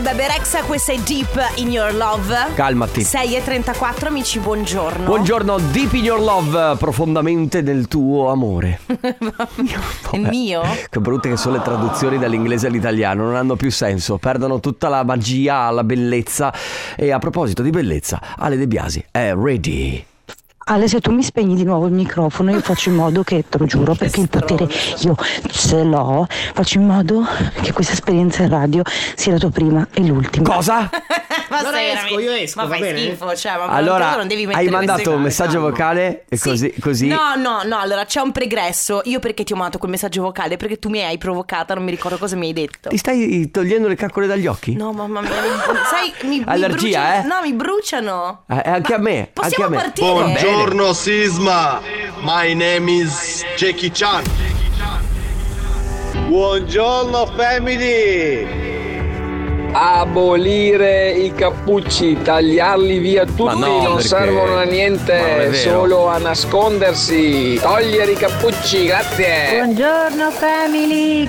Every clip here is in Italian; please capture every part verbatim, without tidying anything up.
Bebe Rexha, questa è Deep in Your Love. Calmati. sei e trentaquattro, amici, buongiorno. Buongiorno, Deep in Your Love, profondamente nel tuo amore. Il mio? Che brutte che sono le traduzioni dall'inglese all'italiano, non hanno più senso, perdono tutta la magia, la bellezza. E a proposito di bellezza, Ale De Biasi è ready. Ale, se tu mi spegni di nuovo il microfono, io faccio in modo che, te lo giuro, perché il potere io ce l'ho, faccio in modo che questa esperienza in radio sia la tua prima e l'ultima. Cosa? Ma allora sei esco, io esco, ma va fai bene? schifo, cioè, ma allora, non devi mettere hai mandato queste un cose. messaggio vocale e Sì. così, così? No, no, no, allora c'è un pregresso. Io perché ti ho mandato quel messaggio vocale? Perché tu mi hai provocata, non mi ricordo cosa mi hai detto. Ti stai togliendo le caccole dagli occhi? No, mamma mia, sai, mi, Allergia, mi bruciano, eh? No, mi bruciano. Eh, anche a me, Possiamo anche a me. partire? Buongiorno Sisma, my name is Jackie Chan. Buongiorno family. Abolire i cappucci, tagliarli via tutti, Ma no, non perché- servono a Ma non è niente, vero. solo a nascondersi. Togliere i cappucci, grazie. Buongiorno family.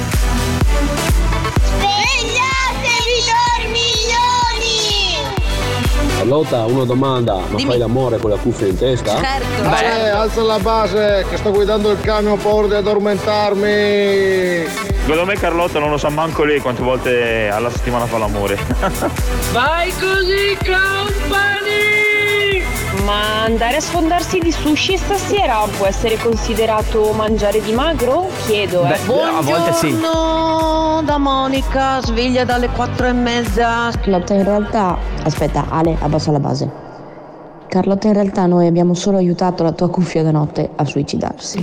Svegliatevi dormiglioni! Carlotta, una domanda, ma Dimmi. fai l'amore con la cuffia in testa? Certo. Eh, alza la base che sto guidando il camion, ho paura di addormentarmi. Secondo me Carlotta non lo sa manco lei quante volte alla settimana fa l'amore. Vai così, company! Ma andare a sfondarsi di sushi stasera può essere considerato mangiare dimagro? Chiedo, eh. Beh, a volte sì. Buongiorno da Monica, sveglia dalle quattro e mezza. Carlotta, in realtà, aspetta, Ale, abbassa la base. Carlotta, in realtà noi abbiamo solo aiutato la tua cuffia da notte a suicidarsi.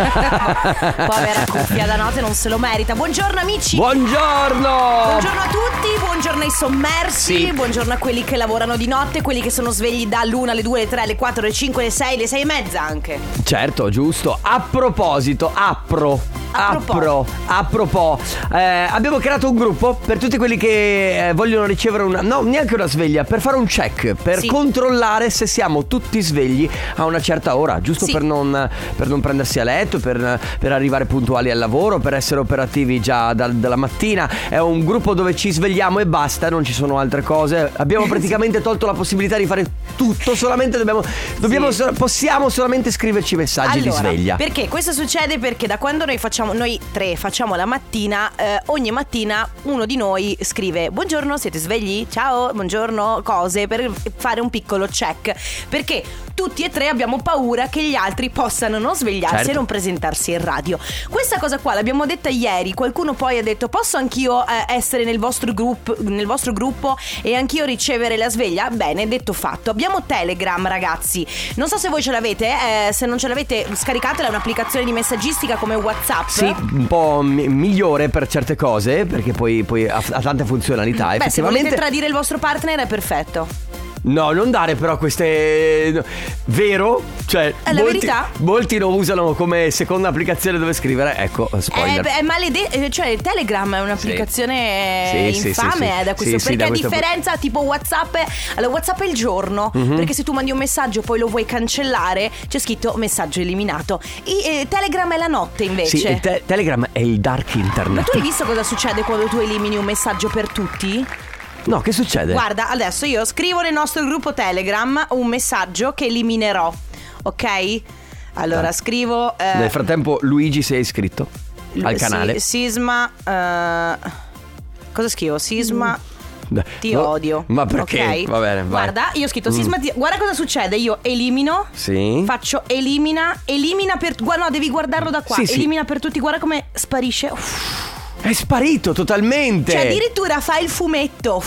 Povera cuffia da notte, non se lo merita. Buongiorno amici. Buongiorno! Buongiorno a tutti, buongiorno ai sommersi, Sì. buongiorno a quelli che lavorano di notte, quelli che sono svegli dall'una alle due, alle tre, alle quattro, alle cinque, alle sei, alle sei e mezza anche. Certo, giusto. A proposito, apro. A Apro, a proposito, eh, abbiamo creato un gruppo per tutti quelli che eh, vogliono ricevere una, no, neanche una sveglia, per fare un check, per Sì. controllare se siamo tutti svegli a una certa ora, giusto Sì. per non per non prendersi a letto, per, per arrivare puntuali al lavoro, per essere operativi già dal- dalla mattina. È un gruppo dove ci svegliamo e basta, non ci sono altre cose. Abbiamo praticamente tolto la possibilità di fare tutto, solamente dobbiamo, dobbiamo so- possiamo solamente scriverci messaggi Allora, di sveglia. perché questo succede? Perché da quando noi facciamo, noi tre facciamo la mattina, eh, ogni mattina uno di noi scrive: buongiorno, siete svegli? Ciao, buongiorno, cose, per fare un piccolo check. Perché tutti e tre abbiamo paura che gli altri possano non svegliarsi Certo. e non presentarsi in radio. Questa cosa qua l'abbiamo detta ieri. Qualcuno poi ha detto: posso anch'io eh, essere nel vostro gruppo, nel vostro gruppo e anch'io ricevere la sveglia? Bene, detto fatto. Abbiamo Telegram, ragazzi. Non so se voi ce l'avete, eh, se non ce l'avete scaricatela, è un'applicazione di messaggistica come WhatsApp. Sì, un po' mi- migliore per certe cose, perché poi, poi ha, ha tante funzionalità. Beh, se effettivamente. volete tradire il vostro partner è perfetto. No, non dare però queste. Vero? Cioè, È la molti, verità. molti lo usano come seconda applicazione dove scrivere. Ecco, spoiler. È, è maledetto, cioè Telegram è un'applicazione Sì, sì, infame sì, sì. eh, da questo, Sì, sì, perché da a questo- differenza tipo WhatsApp, allora WhatsApp è il giorno, Mhm. perché se tu mandi un messaggio poi lo vuoi cancellare c'è scritto messaggio eliminato. I, eh, Telegram è la notte invece. Sì, il te- Telegram è il dark Ma internet. tu hai visto cosa succede quando tu elimini un messaggio per tutti? No, che succede? Guarda, adesso io scrivo nel nostro gruppo Telegram un messaggio che eliminerò, ok? Allora Ah. scrivo eh, Nel frattempo Luigi si è iscritto al sì, canale. Sisma eh, cosa scrivo? Sisma ti No, odio. Ma perché? Ok? Va bene, vai. Guarda, io ho scritto Mm. Sisma ti... Guarda cosa succede. Io elimino. Sì. Faccio elimina. Elimina per. Guarda, no, devi guardarlo da qua. Sì, sì. Elimina per tutti. Guarda come sparisce. Uff. È sparito totalmente. Cioè addirittura fa il fumetto.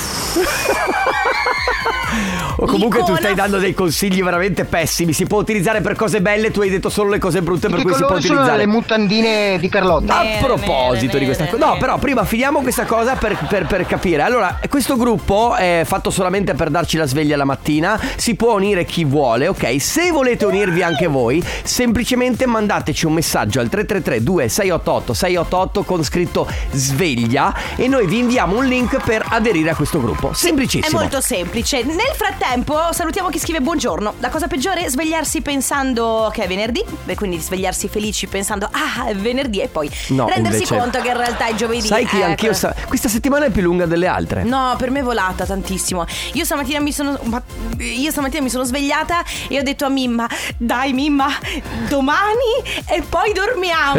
O comunque tu l'icona- stai dando dei consigli veramente pessimi. Si può utilizzare per cose belle, tu hai detto solo le cose brutte, per Che cui si può colori sono utilizzare. le mutandine di Carlotta? A proposito di questa cosa, no, però prima finiamo questa cosa per, per, per capire. Allora, questo gruppo è fatto solamente per darci la sveglia la mattina. Si può unire chi vuole, ok? Se volete unirvi anche voi, semplicemente mandateci un messaggio al tre tre tre due sei otto otto sei otto otto con scritto Sveglia e noi vi inviamo un link per aderire a questo gruppo. Semplicissimo. È molto semplice. Nel frattempo salutiamo chi scrive buongiorno. La cosa peggiore è svegliarsi pensando che è venerdì, e quindi svegliarsi felici pensando ah è venerdì e poi no, rendersi invece... conto che in realtà è giovedì. Sai che ecco. anch'io sta... questa settimana è più lunga delle altre. No, per me è volata tantissimo. Io stamattina mi sono Io stamattina mi sono svegliata e ho detto a Mimma: dai Mimma, domani e poi dormiamo.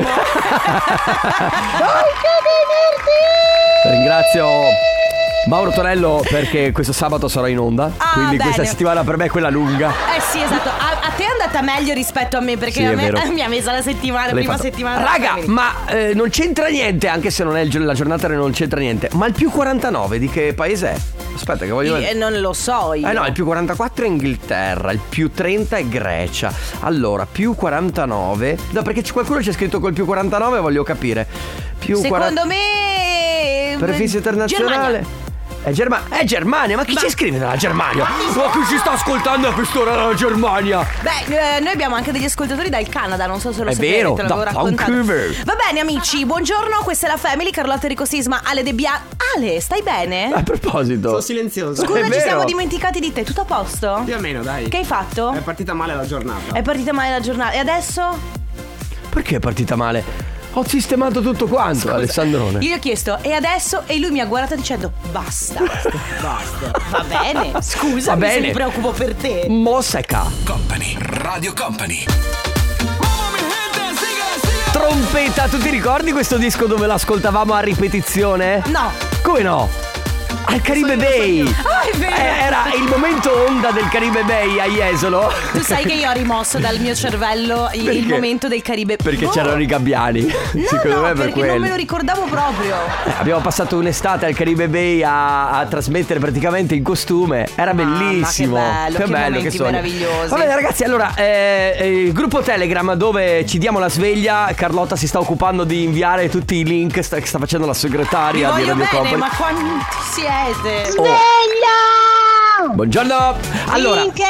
Anche venerdì! Ringrazio Mauro Tonello perché questo sabato sarò in onda. Ah, quindi bene. questa settimana per me è quella lunga. Eh sì, esatto. A, a te è andata meglio rispetto a me, perché Sì, a è me vero. mi ha messa la settimana, la L'hai prima fatto. settimana. Raga, ma eh, non c'entra niente, anche se non è il gio- la giornata non c'entra niente. Ma il più quarantanove di che paese è? Aspetta che voglio Eh, non lo so io. Eh no, il più quarantaquattro è Inghilterra, il più trenta è Grecia. Allora, più quarantanove. No, perché c'è qualcuno c'è scritto col più quarantanove, voglio capire. Più Secondo quaranta me Prefisso internazionale. Germania. È Germania. È Germania, ma chi Ma- ci scrive dalla Germania? Ma chi ci sta ascoltando a quest'ora dalla Germania? Beh, eh, noi abbiamo anche degli ascoltatori dal Canada, non so se lo È sapete, vero, te l'avevo da raccontato. Vancouver. Va bene amici, buongiorno, questa è la Family, Carlotta Enrico Sisma, Ale De Bia. Ale, stai bene? A proposito. Sono silenzioso. Scusa, È ci vero. siamo dimenticati di te, tutto a posto? Più o meno, dai. Che hai fatto? È partita male la giornata. È partita male la giornata. E adesso? Perché è partita male? Ho sistemato tutto quanto, Scusa, Alessandrone. Io gli ho chiesto, e adesso? E lui mi ha guardato dicendo, basta. Basta. Va bene, scusa, Va mi bene. mi preoccupo per te. Mosseca. Company, Radio Company. Trompeta, tu ti ricordi questo disco dove l'ascoltavamo a ripetizione? No. Come no? Al Caribe Bay. Ah, è vero. Eh, Era il momento onda del Caribe Bay a Jesolo. Tu sai che io ho rimosso dal mio cervello il, il Perché? momento del Caribe. Perché Boh. c'erano i gabbiani. No, Secondo no, me per perché quello. non me lo ricordavo proprio. Eh, abbiamo passato un'estate al Caribe Bay a, a trasmettere praticamente in costume. Era bellissimo. Ma che bello, che momenti sogno. meravigliosi. Va bene ragazzi, allora eh, eh, il gruppo Telegram dove ci diamo la sveglia. Carlotta si sta occupando di inviare tutti i link sta, che sta facendo la Vi segretaria di voglio Radio bene, Company. ma quanti siete? Oh. Buongiorno. Allora, Finché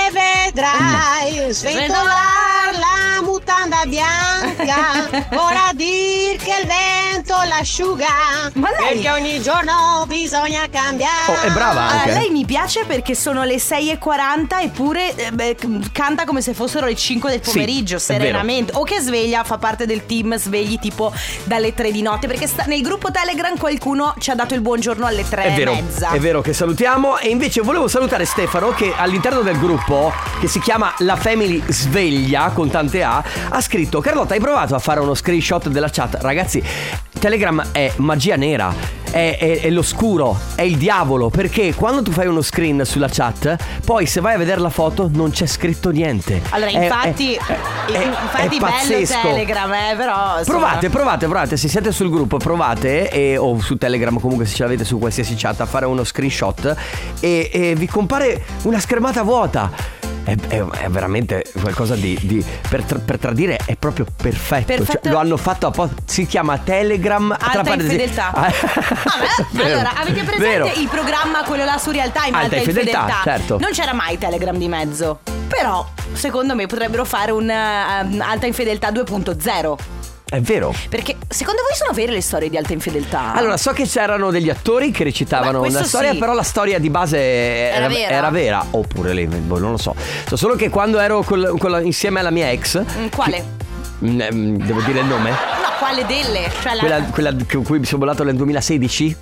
vedrai sventolare la mutanda bianca, ora dir che il vento l'asciuga, Ma lei- perché ogni giorno bisogna cambiare. oh, è brava Ah, anche. lei mi piace perché sono le sei e quaranta eppure eh, beh, c- canta come se fossero le cinque del Sì, pomeriggio, è serenamente. O che sveglia, fa parte del team svegli tipo dalle tre di notte, perché sta- nel gruppo Telegram qualcuno ci ha dato il buongiorno alle tre È vero, e mezza. è vero che salutiamo. E invece volevo salutare Stefano che all'interno del gruppo che si chiama La Family Sveglia con tante A ha scritto: Carlotta, hai provato a fare uno screenshot della chat? Ragazzi, Telegram è magia nera, è, è, è l'oscuro, è il diavolo, perché quando tu fai uno screen sulla chat, poi se vai a vedere la foto non c'è scritto niente. Allora, È- infatti, è- è- infatti è bello pazzesco. Telegram, eh, però insomma. Provate, provate, provate. Se siete sul gruppo, provate e, o su Telegram, comunque se ce l'avete su qualsiasi chat, a fare uno screenshot e, e vi compare una schermata vuota. È, è- è veramente qualcosa di, di per, tra- per tradire è proprio perfetto. Perfetto. Cioè, lo hanno fatto apposta. Si chiama Telegram tra Alta parentesi- infedeltà. Ah, Vabbè, vero, allora, avete presente vero. il programma, quello là su Real Time, Alta Alta infedeltà, Infedeltà? certo. Non c'era mai Telegram di mezzo. Però, secondo me, potrebbero fare un eh, Alta Infedeltà due punto zero. È vero. Perché, secondo voi sono vere le storie di Alta Infedeltà? Allora, so che c'erano degli attori che recitavano Beh, questo una storia, sì. però la storia di base era, Era vera? era vera. Oppure lei, boh, non lo so. So solo che quando ero col- con la- insieme alla mia ex. Mm, quale? che- mm, mm, devo dire il nome? No, quale delle? Cioè la... Quella, quella con cui mi sono bollato nel duemilasedici?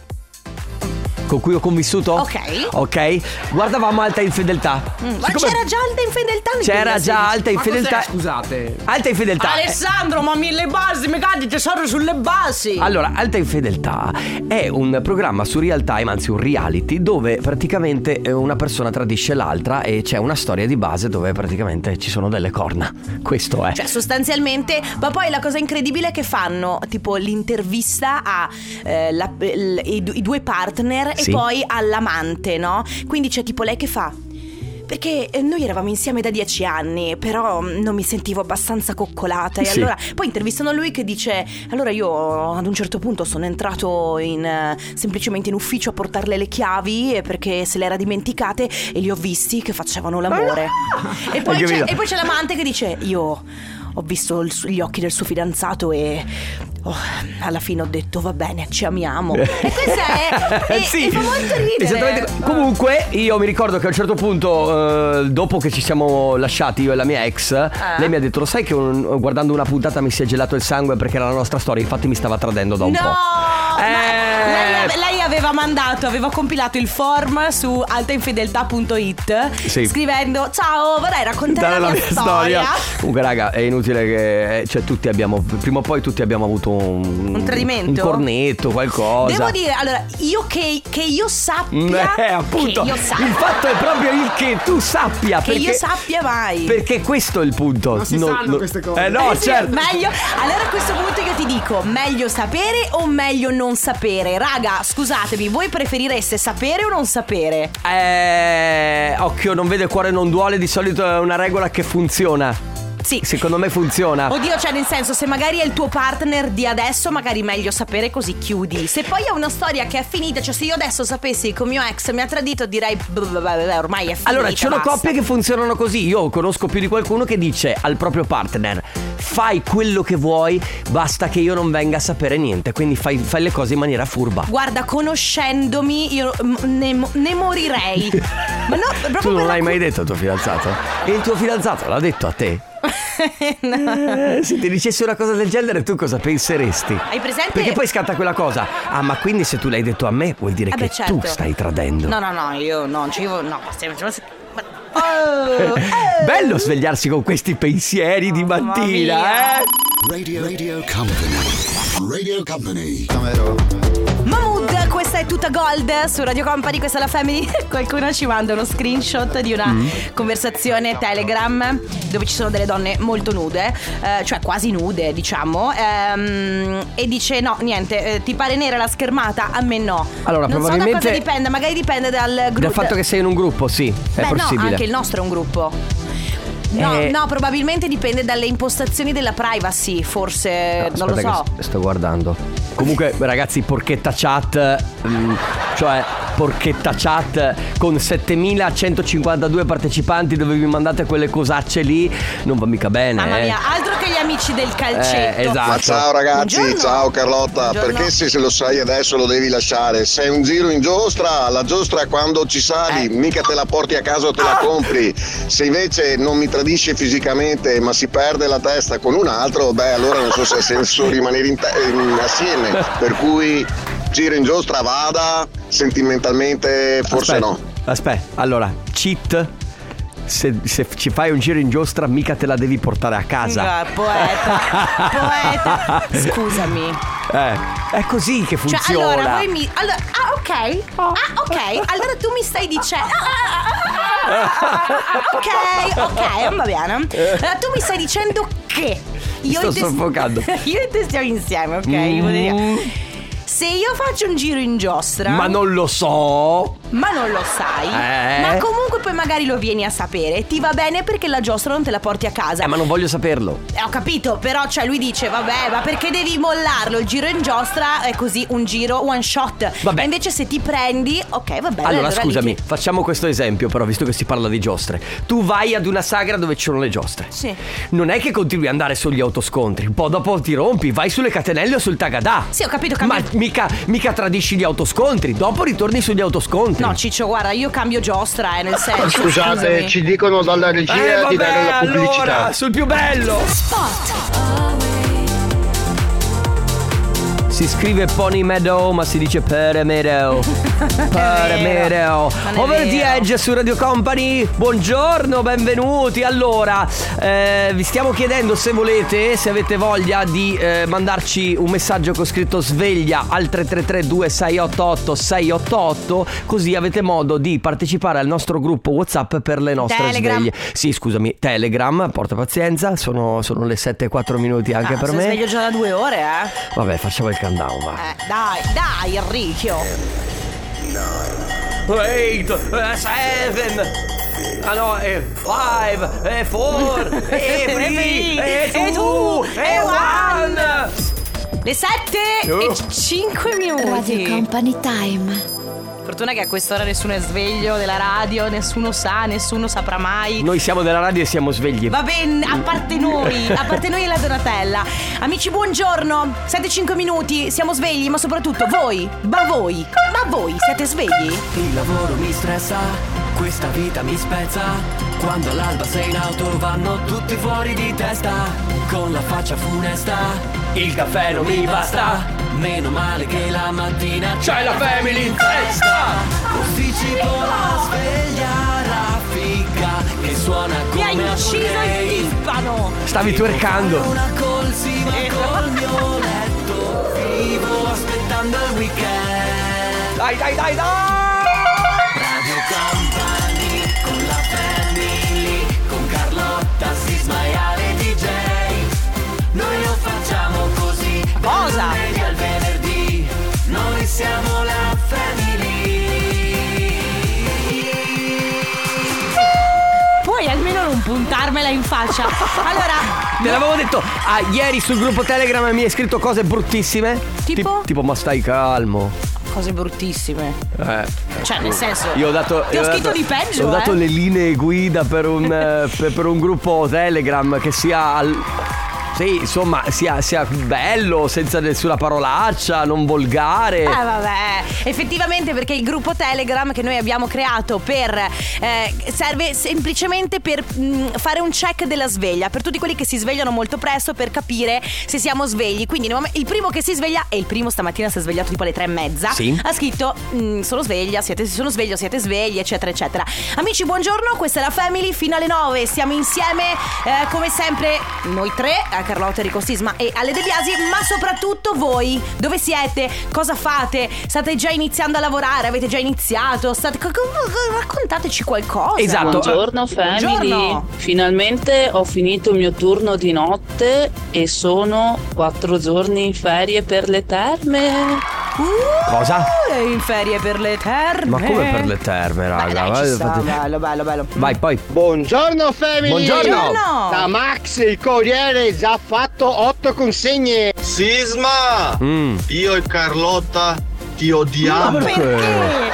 Con cui ho convissuto? Ok. Ok. Guardavamo Alta Infedeltà. Mm, ma Siccome c'era già Alta Infedeltà nel c'era duemilasedici? già Alta Ma cos'è, Infedeltà. scusate? Alta Infedeltà. Alessandro, ma mille basi, mi cadi tesoro sulle basi. Allora, Alta Infedeltà è un programma su Real Time, anzi un reality, dove praticamente una persona tradisce l'altra e c'è una storia di base dove praticamente ci sono delle corna. Questo è. Cioè sostanzialmente. Ma poi la cosa incredibile è che fanno tipo l'intervista a eh, la- l- i, i due partner Sì. e poi all'amante, no? Quindi c'è tipo lei che fa: perché eh, noi eravamo insieme da dieci anni, però mm, non mi sentivo abbastanza coccolata. E Sì. allora poi intervistano lui che dice: allora io ad un certo punto sono entrato in eh, semplicemente in ufficio a portarle le chiavi, eh, perché se le era dimenticate, e li ho visti che facevano l'amore. E poi, Hai c'è, capito? e poi c'è l'amante che dice: io ho visto il su- gli occhi del suo fidanzato e Oh, alla fine ho detto va bene, ci amiamo. E questa è, è, sì, e fa molto ridere. Esattamente. Comunque io mi ricordo che a un certo punto eh, dopo che ci siamo lasciati io e la mia ex eh. lei mi ha detto: lo sai che un, guardando una puntata mi si è gelato il sangue perché era la nostra storia. Infatti mi stava tradendo da un no, po'. eh. lei, lei aveva mandato, aveva compilato il form su altainfedeltà punto it sì. scrivendo: ciao, vorrei raccontare la, la mia, mia storia. storia Comunque raga, è inutile che cioè tutti abbiamo, prima o poi tutti abbiamo avuto un, un tradimento, un cornetto, qualcosa. Devo dire, allora, io che, che io sappia eh, appunto, che io sappia. Il fatto è proprio il che tu sappia. Che perché, io sappia mai. Perché questo è il punto. Non si no, sanno no, queste cose. Eh no, eh sì, certo. Meglio. Allora a questo punto io ti dico: meglio sapere o meglio non sapere? Raga, scusatemi, voi preferireste sapere o non sapere? Eh, occhio non vede, cuore non duole. Di solito è una regola che funziona. Sì. Secondo me funziona. Oddio, cioè nel senso, se magari è il tuo partner di adesso, magari meglio sapere, così chiudi. Se poi è una storia che è finita, cioè se io adesso sapessi che il mio ex mi ha tradito, direi ormai è finita. Allora ci sono basta. coppie che funzionano così. Io conosco più di qualcuno che dice al proprio partner: fai quello che vuoi, basta che io non venga a sapere niente. Quindi fai, fai le cose in maniera furba. Guarda, conoscendomi io ne, ne morirei. Ma no, proprio tu non l'hai cu- mai detto al tuo fidanzato? E il tuo fidanzato l'ha detto a te? No. eh, se ti dicessi una cosa del genere, tu cosa penseresti? Hai presente? Perché poi scatta quella cosa: ah, ma quindi se tu l'hai detto a me vuol dire eh che beh, certo. tu stai tradendo. No, no, no, io no, ci no, no, oh, eh. Bello svegliarsi con questi pensieri di mattina, eh? Radio, Radio Company. Radio Company. Mahmood, questa è tutta gold su Radio Company, questa è la Family. Qualcuno ci manda uno screenshot di una mm. conversazione Telegram dove ci sono delle donne molto nude, eh, cioè quasi nude, diciamo, ehm, e dice: no, niente, eh, ti pare nera la schermata? A me no. Allora, non probabilmente so da cosa dipende, magari dipende dal gruppo. Dal fatto che sei in un gruppo, sì, è Beh, possibile. No, anche il nostro è un gruppo. No, eh, no, probabilmente dipende dalle impostazioni della privacy, forse, no, non lo so. Sto guardando. Comunque, ragazzi, porchetta chat, mh, cioè porchetta chat con settemilacentocinquantadue partecipanti dove vi mandate quelle cosacce lì, non va mica bene. Mamma eh. mia, altro che gli amici del calcetto. Eh, esatto. Ma ciao ragazzi, Buongiorno. ciao Carlotta. Buongiorno. Perché se lo sai adesso lo devi lasciare? Sei un giro in giostra, la giostra è quando ci sali, eh. mica te la porti a casa o te la compri. Se invece non mi tradisce fisicamente ma si perde la testa con un altro, beh allora non so se ha senso rimanere in te- in, assieme. Per cui giro in giostra, vada, sentimentalmente forse aspetta, no. Aspetta, allora, cheat. Se, se ci fai un giro in giostra mica te la devi portare a casa. Ah, poeta, poeta. Scusami. Eh, è così che funziona. Cioè allora voi mi allora, ah ok. Ah ok. Allora tu mi stai dicendo ah, ah, ah, ah, ok, ok, va bene. Allora tu mi stai dicendo che io sto e te soffocando. Io e te stiamo insieme, ok? Mm. Se io faccio un giro in giostra, Ma non lo so. ma non lo sai, Eh. ma comunque poi magari lo vieni a sapere, ti va bene perché la giostra non te la porti a casa. Eh, ma non voglio saperlo. Eh, ho capito, però cioè lui dice vabbè, ma perché devi mollarlo? Il giro in giostra è così, un giro one shot. Vabbè. E invece se ti prendi, ok, vabbè. Allora lì scusami, ti- facciamo questo esempio però, visto che si parla di giostre. Tu vai ad una sagra dove ci sono le giostre. Sì. Non è che continui ad andare sugli autoscontri. Un po' dopo ti rompi, vai sulle catenelle o sul tagadà. Sì, ho capito, Ma cambio. mica, mica tradisci gli autoscontri. Dopo ritorni sugli autoscontri. No, Ciccio, guarda, io cambio giostra, eh, nel senso. Scusate, scusami. ci dicono dalla regia Eh di vabbè, dare la pubblicità. allora, sul più bello. Si scrive Pony Meadow, ma si dice Pere Meadow. Pere Meadow. Non è Over the vero. Edge su Radio Company. Buongiorno, benvenuti. Allora, eh, vi stiamo chiedendo se volete, se avete voglia di eh, mandarci un messaggio con scritto sveglia al tre tre tre due sei otto otto sei otto otto, così avete modo di partecipare al nostro gruppo WhatsApp per le nostre Telegram. sveglie. Sì, scusami, Telegram, porta pazienza, sono, sono le sette e quattro minuti anche Ah, per sono me. sveglio già da due ore, eh. Vabbè, facciamo il countdown, va. Eh, dai, dai, Enrichio. Eight, seven. Ah no, è five, è four, è three, è e two, tu, è one. Le sette Oh. e cinque minuti. Radio Company Time. Fortuna che a quest'ora nessuno è sveglio della radio, nessuno sa, nessuno saprà mai. Noi siamo della radio e siamo svegli. Va bene, a parte noi, a parte noi e la Donatella. Amici, buongiorno. sette e cinque minuti, siamo svegli, ma soprattutto voi. Ma voi, ma voi siete svegli? Il lavoro mi stressa, questa vita mi spezza. Quando all'alba sei in auto vanno tutti fuori di testa. Con la faccia funesta, il caffè non mi basta. Meno male che la mattina c'è la family in festa. Posticipo la sveglia raffica che suona come mi ha ucciso il timpano. Stavi twerkando. Una colsima col mio letto. Vivo aspettando il weekend. Dai dai dai dai. Radio Company con la family, con Carlotta, Sisma e Ale D J. Noi lo facciamo così. Cosa? Al venerdì, noi siamo la family. Puoi almeno non puntarmela in faccia. Allora, te l'avevo detto ah, ieri sul gruppo Telegram mi hai scritto cose bruttissime. Tipo? Ti- tipo ma stai calmo. Cose bruttissime. Eh. Cioè, nel senso, Io ho dato ti ho io scritto dato, di peggio. Ho dato eh? le linee guida per un eh, per, per un gruppo Telegram che sia al, sì, insomma, sia, sia bello, senza nessuna parolaccia, non volgare. Eh vabbè, effettivamente, perché il gruppo Telegram che noi abbiamo creato per eh, serve semplicemente per mh, fare un check della sveglia, per tutti quelli che si svegliano molto presto, per capire se siamo svegli. Quindi nel momento- il primo che si sveglia, e il primo stamattina si è svegliato tipo alle tre e mezza, Sì. ha scritto mh, sono sveglia, siete, sono sveglio, siete svegli, eccetera eccetera. Amici, buongiorno, questa è la Family, fino alle nove siamo insieme eh, come sempre noi tre, a Carlotta, Enrico Sisma e Ale De Biasi, ma soprattutto voi, dove siete? Cosa fate? State già iniziando a lavorare? Avete già iniziato? State... Raccontateci qualcosa. Esatto. Buongiorno family. Buongiorno. Finalmente ho finito il mio turno di notte e sono quattro giorni in ferie per le terme. Uh, Cosa? in ferie per le terme. Ma come per le terme, raga? Beh, dai, Vai, ci sta, fate- bello, bello, bello. Vai, poi. Buongiorno family. Buongiorno. Buongiorno. Da Max il corriere già fatto otto consegne. Sisma! Mm. Io e Carlotta ti odiamo. Ma perché?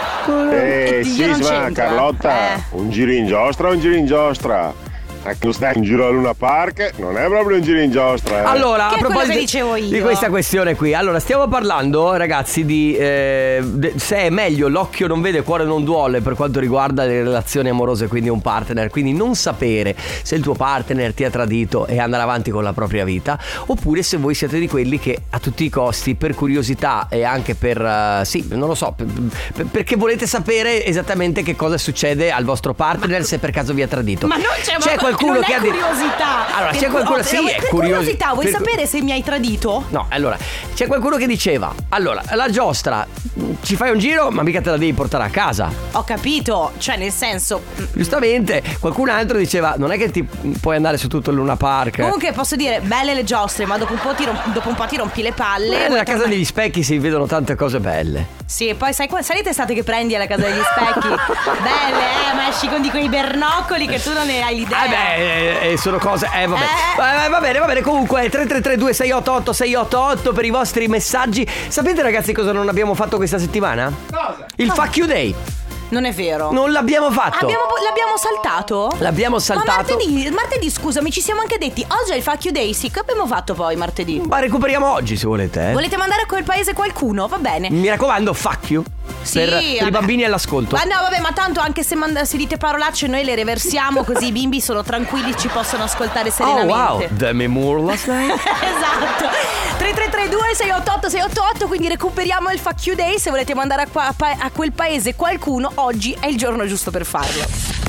Eh, E io non Sisma, c'entro, Carlotta, eh. un giro in giostra o un giro in giostra? Anche lo stai in giro a Luna Park non è proprio un giro in giostra, eh. Allora, Che a è quello proposito che dicevo io. di questa questione qui, allora stiamo parlando, ragazzi, di eh, de- se è meglio l'occhio non vede, cuore non duole per quanto riguarda le relazioni amorose, quindi un partner, quindi non sapere se il tuo partner ti ha tradito e andare avanti con la propria vita, oppure se voi siete di quelli che a tutti i costi, per curiosità e anche per uh, sì, non lo so, per, per- perché volete sapere esattamente che cosa succede al vostro partner, se per caso vi ha tradito. Ma non c'è, C'è ma qualcuno non che è ha detto- curiosità. Allora, Per c'è cu- qualcuno, oh, sì, per è curiosi- curiosità, vuoi per- sapere se mi hai tradito? No, allora, c'è qualcuno che diceva: allora, la giostra, ci fai un giro, ma mica te la devi portare a casa. Ho capito, cioè nel senso. Giustamente, qualcun altro diceva: non è che ti puoi andare su tutto il Luna Park. Comunque posso dire, belle le giostre, ma dopo un po' ti, rom- dopo un po' ti rompi le palle. Eh, Vuoi nella casa tornare- degli specchi si vedono tante cose belle. Sì, e poi sai, qua- sai le testate che prendi alla casa degli specchi? Belle, eh, ma esci con di quei bernoccoli che tu non ne hai l'idea. Eh beh, eh, eh, sono cose. Eh, vabbè. Eh. Eh, va bene, va bene. Comunque, tre tre tre due sei otto otto sei otto otto per i vostri messaggi. Sapete, ragazzi, cosa non abbiamo fatto questa settimana? Cosa? Il Fuck You Day. Non è vero. Non l'abbiamo fatto. Abbiamo- l'abbiamo saltato? L'abbiamo saltato. Ma martedì, martedì, scusami, ci siamo anche detti oggi è il Fuck You Day, sì, che abbiamo fatto poi martedì? Ma recuperiamo oggi se volete. Eh. Volete mandare a quel paese qualcuno? Va bene. Mi raccomando, fuck you. Sì, per, per i vabbè. bambini all'ascolto. Ma no, vabbè, ma tanto anche se, manda- se dite parolacce noi le reversiamo così i bimbi sono tranquilli, ci possono ascoltare Oh serenamente. wow, Demi Moore last night. Esatto. tre tre tre due sei otto otto sei otto otto, quindi recuperiamo il Fuck You Day. Se volete mandare a, qua- a pa- a quel paese qualcuno, oggi è il giorno giusto per farlo.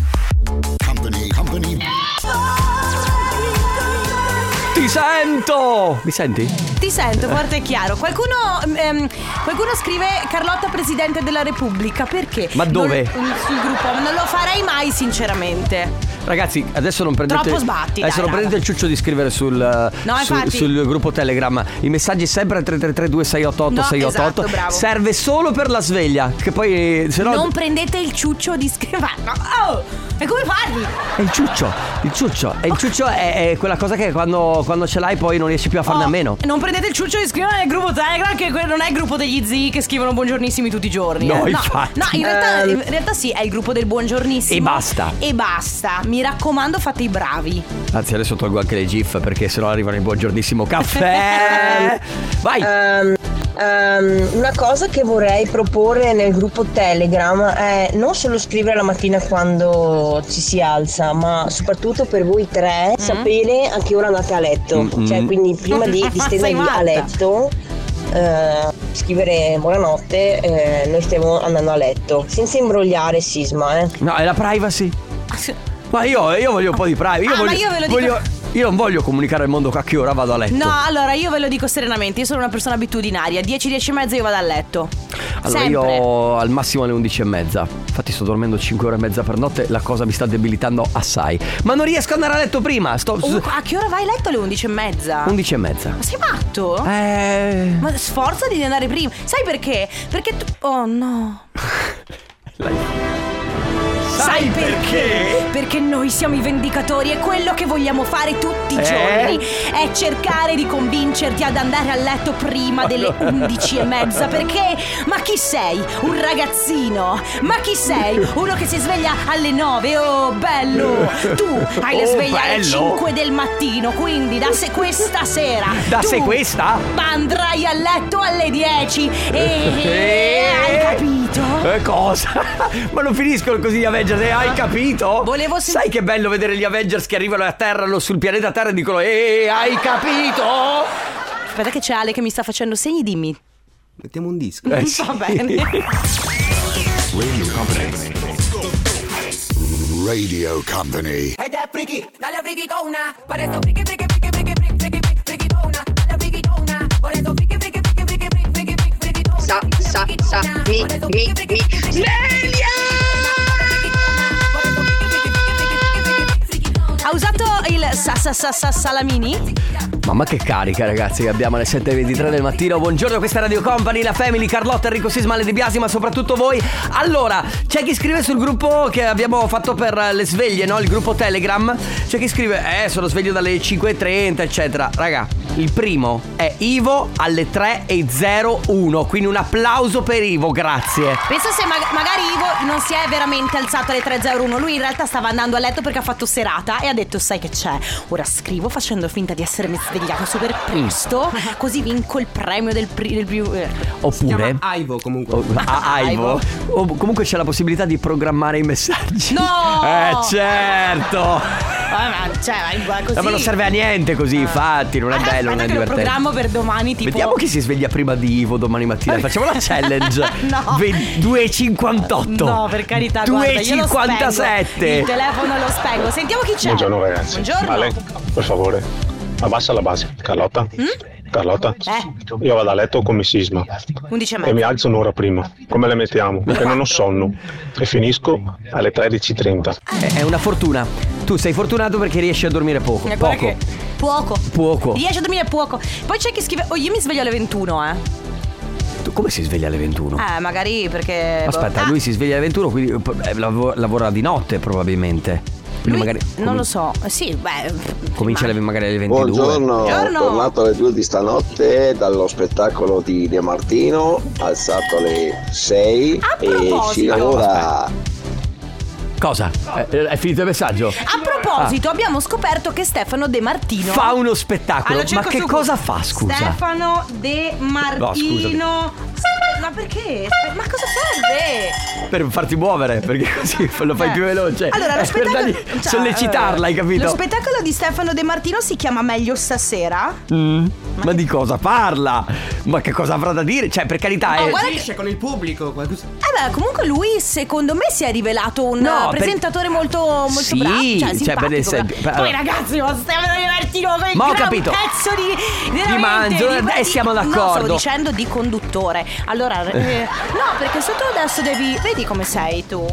Company, company. Ti sento. Mi senti? Ti sento forte e chiaro. Qualcuno, ehm, qualcuno scrive Carlotta Presidente della Repubblica. Perché? Ma dove? Non- sul gruppo. Non lo farei mai sinceramente. Ragazzi, adesso non prendete. Troppo sbatti, Adesso dai, non prendete raga. il ciuccio di scrivere sul, No, sul, infatti. sul gruppo Telegram. I messaggi sempre al tre tre tre due sei otto otto sei otto otto. No, esatto, bravo. Serve solo per la sveglia. Che poi se no. Non prendete il ciuccio di scrivere. No. Oh! E come parli? È il ciuccio, il ciuccio. E il ciuccio è, è quella cosa che quando, quando ce l'hai poi non riesci più a farne Oh, a meno. Non prendete il ciuccio e iscrivetevi nel gruppo Telegram, che non è il gruppo degli zii che scrivono buongiornissimi tutti i giorni. No, eh. infatti. No, in realtà, in realtà sì, è il gruppo del buongiornissimo. E basta. E basta. Mi raccomando, fate i bravi. Anzi, adesso tolgo anche le gif perché sennò arrivano il buongiornissimo caffè. Vai. Um, um, una cosa che vorrei proporre nel gruppo Telegram è non solo scrivere la mattina quando ci si alza, ma soprattutto per voi tre Mm. sapere a che ora andate a letto. Mm-mm. Cioè, quindi prima di, di Sei stendervi matta. a letto, eh, scrivere buonanotte, eh, noi stiamo andando a letto, senza imbrogliare Sisma, eh. No, è la privacy. Ma io, io voglio un po' di privacy. Io Ah, ma voglio, io ve lo dico- voglio- io non voglio comunicare al mondo a che ora vado a letto. No, allora io ve lo dico serenamente, io sono una persona abitudinaria. dieci, dieci e mezza io vado a letto. Allora Sempre. io al massimo alle undici e mezza. Infatti sto dormendo cinque ore e mezza per notte. La cosa mi sta debilitando assai. Ma non riesco ad andare a letto prima. Sto Oh, a che ora vai a letto? Alle undici e mezza? undici e mezza. Ma sei matto? Eh. Ma sforzati di andare prima. Sai perché? Perché tu... Oh no. Sai perché? Perché noi siamo i vendicatori e quello che vogliamo fare tutti i Eh? giorni è cercare di convincerti ad andare a letto prima delle undici e mezza. Perché? Ma chi sei? Un ragazzino? Ma chi sei? Uno che si sveglia alle nove? Oh bello! Tu hai la Oh, sveglia alle bello. cinque del mattino, quindi da se questa sera Da tu se questa? andrai a letto alle dieci e hai capito? Eh, cosa? Ma non finiscono così gli Avengers, eh, hai capito? Volevo sen- Sai che bello vedere gli Avengers che arrivano a terra, lo- sul pianeta Terra e dicono eh, hai capito? Aspetta che c'è Ale che mi sta facendo segni, dimmi. Mettiamo un disco. Eh, sì. Va bene. Radio Company. Radio Company. Ed è friki, dalla frikitona. Por eso friki, friki, friki, friki, friki, friki, friki, frikitona. Dalla frikitona. Por eso friki, friki, friki, friki, friki, friki, friki, frikitona. Sa, sa, sa, mi, mi, mi. Svelia! Ha usato il sa sa sa sa salamini? Mamma che carica ragazzi che abbiamo alle sette e ventitré del mattino. Buongiorno, questa è Radio Company, la Family, Carlotta, Enrico Sisma, Ale De Biasi, ma soprattutto voi. Allora, c'è chi scrive sul gruppo che abbiamo fatto per le sveglie, no? Il gruppo Telegram. C'è chi scrive, eh, sono sveglio dalle cinque e trenta, eccetera. Raga, il primo è Ivo alle tre e zero uno. Quindi un applauso per Ivo, grazie. Pensa se mag- magari Ivo non si è veramente alzato alle tre e zero uno. Lui in realtà stava andando a letto perché ha fatto serata e ha detto, sai che c'è? Ora scrivo facendo finta di essermi svegliato super presto, così vinco il premio del, pri- del più... eh. Oppure Aivo comunque. Oh, a Aivo. O comunque c'è la possibilità di programmare i messaggi. No! Eh certo. Ah, ma, cioè, ma così. No, ma non serve a niente così, infatti, non è Ah, bello, non aspetta è che lo divertente. programmo per domani tipo. Vediamo chi si sveglia prima di Ivo domani mattina. Facciamo la challenge. No. Ve- due e cinquantotto. No, per carità, due guarda, e io lo cinquantasette. spengo. Il telefono lo spengo. Sentiamo chi c'è. Buongiorno ragazzi. Buongiorno. Ale, per favore, abbassa la base. Carlotta? Carlotta? Eh? Io vado a letto come Sisma undici e e mi mezza. alzo un'ora prima. Come le mettiamo? Perché non ho sonno e finisco alle tredici e trenta. È è una fortuna. Tu sei fortunato perché riesci a dormire poco. Eh, guarda Poco. che- Poco. Poco. Riesce a dormire poco. Poi c'è chi scrive, oh io mi sveglio alle ventuno, eh. Tu come si sveglia alle ventuno? Eh, magari perché... Aspetta, Ah, lui si sveglia alle ventuno, quindi eh, lav- lavora di notte probabilmente. Quindi lui- magari non lo so. Sì, beh... comincia alle- magari alle ventidue. Buongiorno, Buongiorno. tornato alle due di stanotte dallo spettacolo di De Martino, alzato alle sei A e proposito. finora Cosa? Eh, È finito il messaggio? A proposito, abbiamo scoperto che Stefano De Martino Fa uno spettacolo. Allora, Ma cerco che su- cosa fa, scusa? Stefano De Martino. No, Ma perché? Ma cosa serve? Per farti muovere, perché così lo fai Eh. più veloce. Allora, lo Eh, per spettacolo dargli- cioè, sollecitarla, hai capito? Lo spettacolo di Stefano De Martino si chiama Meglio stasera. Mm, Ma di cosa parla? Ma che cosa avrà da dire? Cioè, per carità, Oh, è... guarda Agisce con il pubblico. qualcosa- Eh beh, comunque lui secondo me si è rivelato un No, eh, per- presentatore molto, molto Sì, bravo, cioè, cioè, per simpatico, esempio- bravo. per- Poi ragazzi, ma Stefano De Martino quel Ma ho gran capito. pezzo di veramente, mangio, di- e siamo No, d'accordo. stavo dicendo di conduttore. Allora, eh, no, perché se tu adesso devi, vedi come sei tu?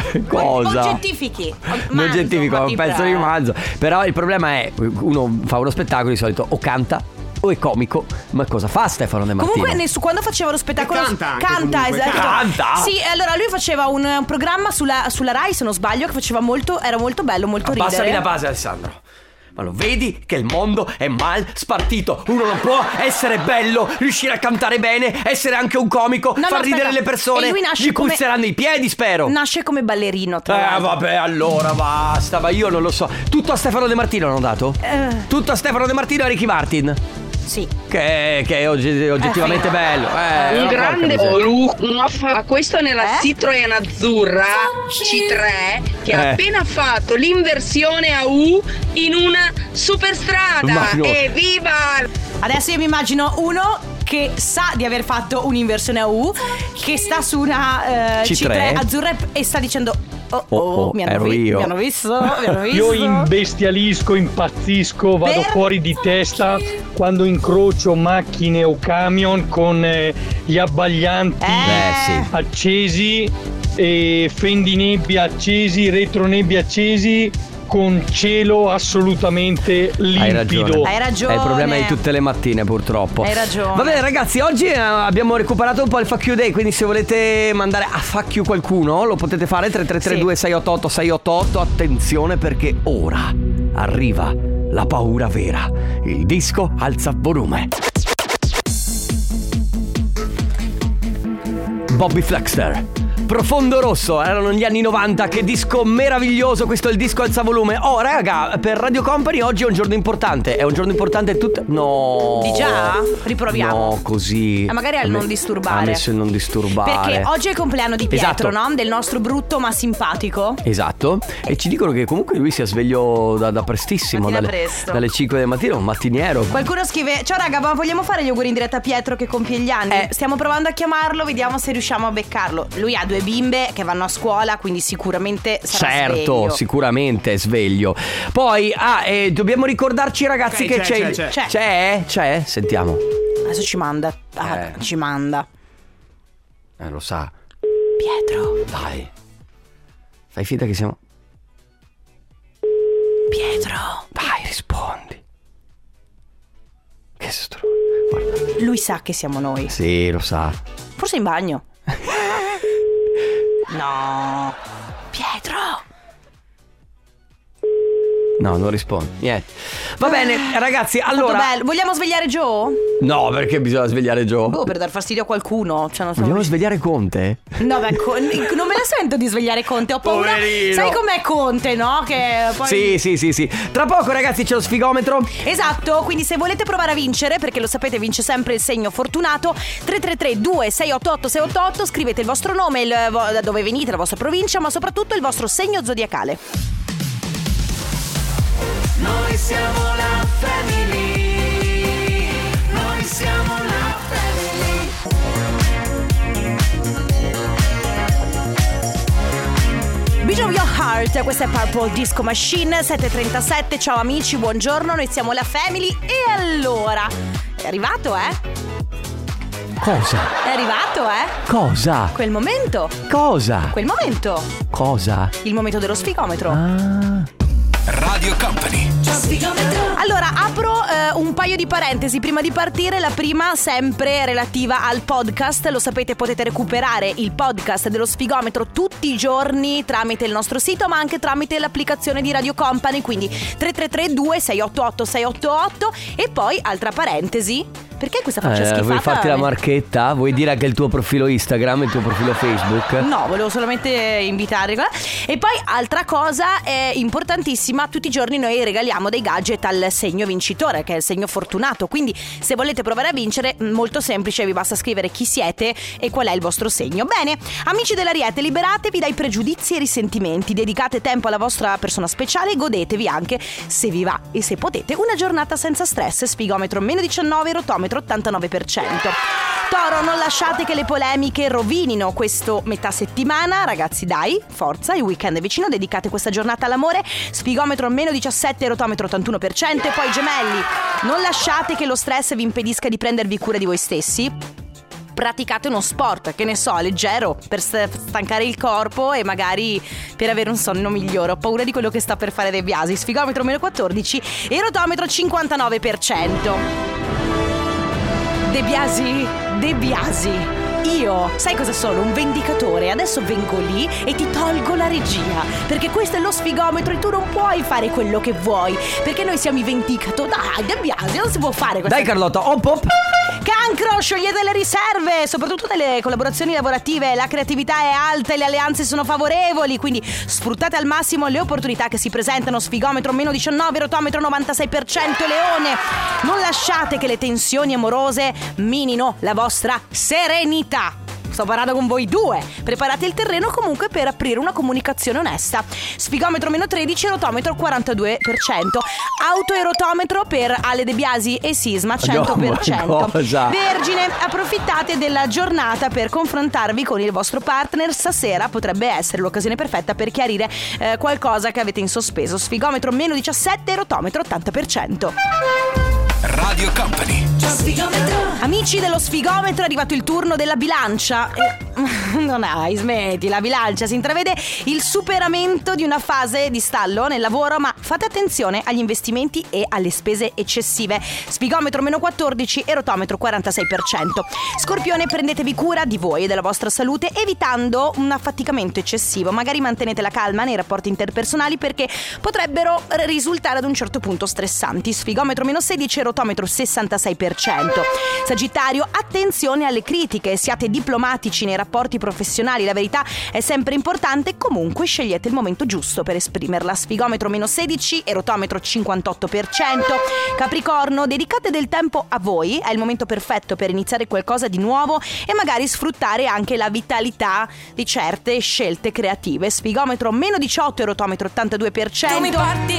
Cosa? Oggettifichi. Non Manzo, oggettifico, ma è ti un pezzo prego. di manzo. Però il problema è, uno fa uno spettacolo di solito o canta o è comico. Ma cosa fa Stefano De Martino? Comunque ness- quando faceva lo spettacolo E canta anche Canta, comunque. esatto. Canta? Sì, allora lui faceva un, un programma sulla, sulla Rai, se non sbaglio, che faceva molto, era molto bello, molto Abbassami ridere. la base, Alessandro. Ma lo vedi che il mondo è mal spartito. Uno non può essere bello, riuscire a cantare bene, essere anche un comico, No, far no, ridere aspetta. le persone. E lui nasce Gli come- pulseranno i piedi, spero. Nasce come ballerino, tra Eh l'altro. vabbè, allora basta. Ma io non lo so. Tutto a Stefano De Martino hanno dato? Eh. Tutto a Stefano De Martino e Ricky Martin. Sì. Che, che è ogge- oggettivamente Eh, sì. bello. Eh, Un no, grande porca miseria. volume fa questo nella Eh? Citroen azzurra C tre che Eh. ha appena fatto l'inversione a U in una superstrada. Ma no. Evviva! Adesso io mi immagino uno che sa di aver fatto un'inversione a U, che sta su una eh, C tre. C tre azzurra e- e sta dicendo oh oh, Oh, oh, mi, hanno ero vi- io. mi hanno visto, mi hanno visto. Io imbestialisco, impazzisco, vado Per- fuori di testa quando incrocio macchine o camion con eh, gli abbaglianti Eh, sì. accesi e fendinebbia accesi, retronebbia accesi con cielo assolutamente Hai limpido. ragione. Hai ragione. È il problema di tutte le mattine, purtroppo. Hai ragione. Va bene, ragazzi, oggi eh, abbiamo recuperato un po' il fuck you day. Quindi se volete mandare a fuck you qualcuno, lo potete fare. Tre tre tre due sei otto otto sei otto otto. Attenzione, perché ora arriva la paura vera. Il disco alza volume. Bobby Flexter, Profondo Rosso, erano gli anni novanta. Che disco meraviglioso, questo è il disco alza volume. Oh raga, per Radio Company oggi è un giorno importante. È un giorno importante tutto. No. Di già? Riproviamo. No, così. Ah, magari al Ha me- non disturbare. Ha messo il non disturbare. Perché oggi è il compleanno di Pietro, Esatto. no? Del nostro brutto ma simpatico. Esatto. E ci dicono che comunque lui sia sveglio da, da prestissimo. Mattina Dalle, presto. dalle cinque del mattino, un mattiniero. Qualcuno scrive: ciao raga, ma vogliamo fare gli auguri in diretta a Pietro che compie gli anni? Eh. Stiamo provando a chiamarlo, vediamo se riusciamo a beccarlo. Lui ha due bimbe che vanno a scuola, quindi sicuramente sarà Certo, sveglio. sicuramente è sveglio. Poi, ah, eh, dobbiamo ricordarci ragazzi Ok, che c'è, c'è, c'è, il- c'è. c'è? C'è? Sentiamo. Adesso ci manda. Ah, Eh. ci manda. Eh, lo sa. Pietro. Dai. Fai finta che siamo... Pietro. Dai, rispondi. Che stro... Guarda. Lui sa che siamo noi. Sì, lo sa. Forse in bagno. No. Pietro. No, non rispondi. Niente. Va bene, ragazzi, allora... Molto bello. Vogliamo svegliare Joe? No, perché bisogna svegliare Joe? Oh, per dar fastidio a qualcuno. Cioè, non so. Vogliamo svegliare Conte? No, beh, co- non me la sento di svegliare Conte. Ho paura. Poverino. Sai com'è Conte, no? Che poi... Sì, sì, sì, sì. Tra poco, ragazzi, c'è lo sfigometro. Esatto, quindi se volete provare a vincere, perché lo sapete vince sempre il segno fortunato, tre tre tre due sei otto otto sei otto otto, scrivete il vostro nome, il, vo- da dove venite, la vostra provincia, ma soprattutto il vostro segno zodiacale. Noi siamo la family. Noi siamo la family. Beat of Your Heart, questa è Purple Disco Machine, sette e trentasette, ciao amici, buongiorno, noi siamo la family. E allora, è arrivato, eh? Cosa? È arrivato, eh? Cosa? Quel momento, Cosa? quel momento, Cosa? il momento dello sfigometro. Ah. Radio Company. Allora, apro eh, un paio di parentesi prima di partire. La prima sempre relativa al podcast. Lo sapete, potete recuperare il podcast dello sfigometro tutti i giorni tramite il nostro sito, ma anche tramite l'applicazione di Radio Company. Quindi tre tre tre due sei otto otto sei otto otto. E poi, altra parentesi, perché questa faccia Eh, schifata? vuoi farti la marchetta? Vuoi dire anche il tuo profilo Instagram, il tuo profilo Facebook? No, volevo solamente invitare. E poi altra cosa è importantissima, tutti i giorni noi regaliamo dei gadget al segno vincitore, che è il segno fortunato. Quindi se volete provare a vincere, molto semplice, vi basta scrivere chi siete e qual è il vostro segno. Bene, amici dell'Ariete, liberatevi dai pregiudizi e risentimenti, dedicate tempo alla vostra persona speciale e godetevi anche, se vi va e se potete, una giornata senza stress. Sfigometro meno diciannove, rotometro ottantanove per cento. Toro, non lasciate che le polemiche rovinino questo metà settimana. Ragazzi, dai, forza, il weekend è vicino, dedicate questa giornata all'amore. Sfigometro meno diciassette, rotometro ottantuno per cento. E poi gemelli, non lasciate che lo stress vi impedisca di prendervi cura di voi stessi. Praticate uno sport, che ne so, leggero, per stancare il corpo e magari per avere un sonno migliore. Ho paura di quello che sta per fare De Biasi. Sfigometro meno quattordici e rotometro cinquantanove per cento. De Biasi, De Biasi. Io, sai cosa sono? Un vendicatore. Adesso vengo lì e ti tolgo la regia, perché questo è lo sfigometro e tu non puoi fare quello che vuoi, perché noi siamo i vendicatori. Dai, De Biasi, non si può fare questa. Dai Carlotta, hop hop. Cancro, sciogliete le riserve, soprattutto nelle collaborazioni lavorative. La creatività è alta e le alleanze sono favorevoli, quindi sfruttate al massimo le opportunità che si presentano. Sfigometro meno diciannove, rotometro novantasei per cento. Leone, non lasciate che le tensioni amorose minino la vostra serenità. Sto parlando con voi due. Preparate il terreno comunque per aprire una comunicazione onesta. Sfigometro meno tredici, rotometro quarantadue per cento. Autoerotometro per Ale De Biasi e Sisma cento per cento. Cosa? Vergine, approfittate della giornata per confrontarvi con il vostro partner. Stasera potrebbe essere l'occasione perfetta per chiarire eh, qualcosa che avete in sospeso. Sfigometro meno diciassette, rotometro ottanta per cento. Radio Company. Amici dello sfigometro, è arrivato il turno della bilancia. Eh, non hai, smetti, la bilancia. Si intravede il superamento di una fase di stallo nel lavoro, ma fate attenzione agli investimenti e alle spese eccessive. Sfigometro meno quattordici e rotometro quarantasei per cento. Scorpione, prendetevi cura di voi e della vostra salute, evitando un affaticamento eccessivo. Magari mantenete la calma nei rapporti interpersonali, perché potrebbero risultare ad un certo punto stressanti. Sfigometro meno sedici e rotometro sessantasei per cento. Sagittario, attenzione alle critiche, siate diplomatici nei rapporti professionali, la verità è sempre importante, comunque scegliete il momento giusto per esprimerla. Sfigometro meno sedici e rotometro cinquantotto per cento. Capricorno, dedicate del tempo a voi, è il momento perfetto per iniziare qualcosa di nuovo e magari sfruttare anche la vitalità di certe scelte creative. Sfigometro meno diciotto e rotometro ottantadue per cento. Tu mi porti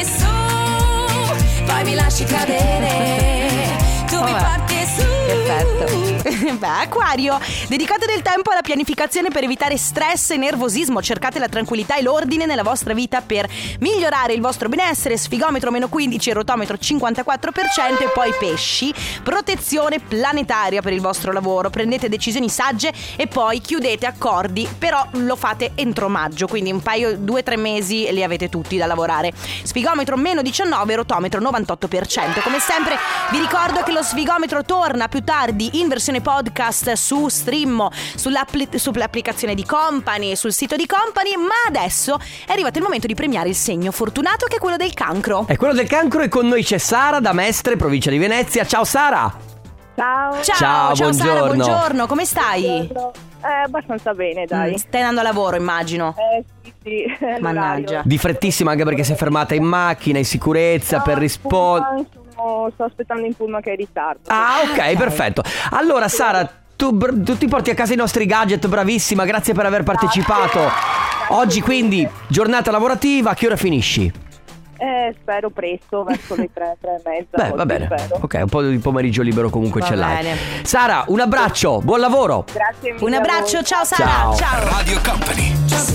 su, poi mi lasci cadere. Tu mi porti su. Perfetto. Beh, Acquario, dedicate del tempo alla pianificazione per evitare stress e nervosismo. Cercate la tranquillità e l'ordine nella vostra vita per migliorare il vostro benessere. Sfigometro meno quindici e rotometro cinquantaquattro per cento. E poi pesci, protezione planetaria per il vostro lavoro. Prendete decisioni sagge e poi chiudete accordi, però lo fate entro maggio, quindi un paio, due tre mesi li avete tutti da lavorare. Sfigometro meno diciannove, rotometro novantotto per cento. Come sempre vi ricordo che lo sfigometro torna più tardi in versione podcast su Stream, sull'applicazione di Company, sul sito di Company, ma adesso è arrivato il momento di premiare il segno fortunato, che è quello del Cancro. È quello del Cancro e con noi c'è Sara da Mestre, provincia di Venezia. Ciao Sara. Ciao. Ciao, Ciao, ciao buongiorno. Sara, buongiorno, come stai? Buongiorno. Eh, abbastanza bene, dai. Mm, stai andando a lavoro, immagino. Eh sì, sì. Mannaggia. Di frettissima, anche perché sei fermata in macchina, in sicurezza, no, per rispondere. Sto aspettando in pullman che è in ritardo. Ah, ok, perfetto. Allora Sara, tu, tu ti porti a casa i nostri gadget, bravissima, grazie per aver partecipato. Oggi quindi giornata lavorativa, a che ora finisci? Eh, spero presto, verso le tre, tre e mezza. Beh, va bene. Spero. Ok, un po' di pomeriggio libero comunque Va ce l'hai. bene. Sara, un abbraccio, buon lavoro. Grazie mille. Un abbraccio, ciao Sara. Ciao. Ciao. Radio Company.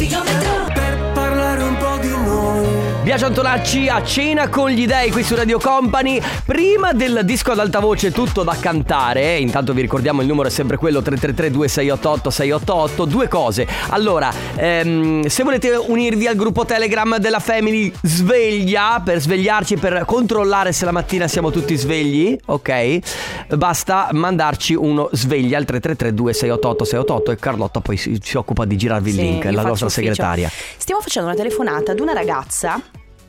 Per parlare un po' di noi. Biagio Antonacci a cena con gli dei qui su Radio Company. Prima del disco ad alta voce tutto da cantare, intanto vi ricordiamo il numero è sempre quello tre tre tre due sei otto otto sei otto otto. Due cose. Allora, ehm, se volete unirvi al gruppo Telegram della Family Sveglia, per svegliarci, per controllare se la mattina siamo tutti svegli, ok? Basta mandarci uno sveglia al tre tre tre due sei otto otto sei otto otto e Carlotta poi si, si occupa di girarvi il Sì, link, io la faccio nostra ufficio. segretaria. Stiamo facendo una telefonata ad una ragazza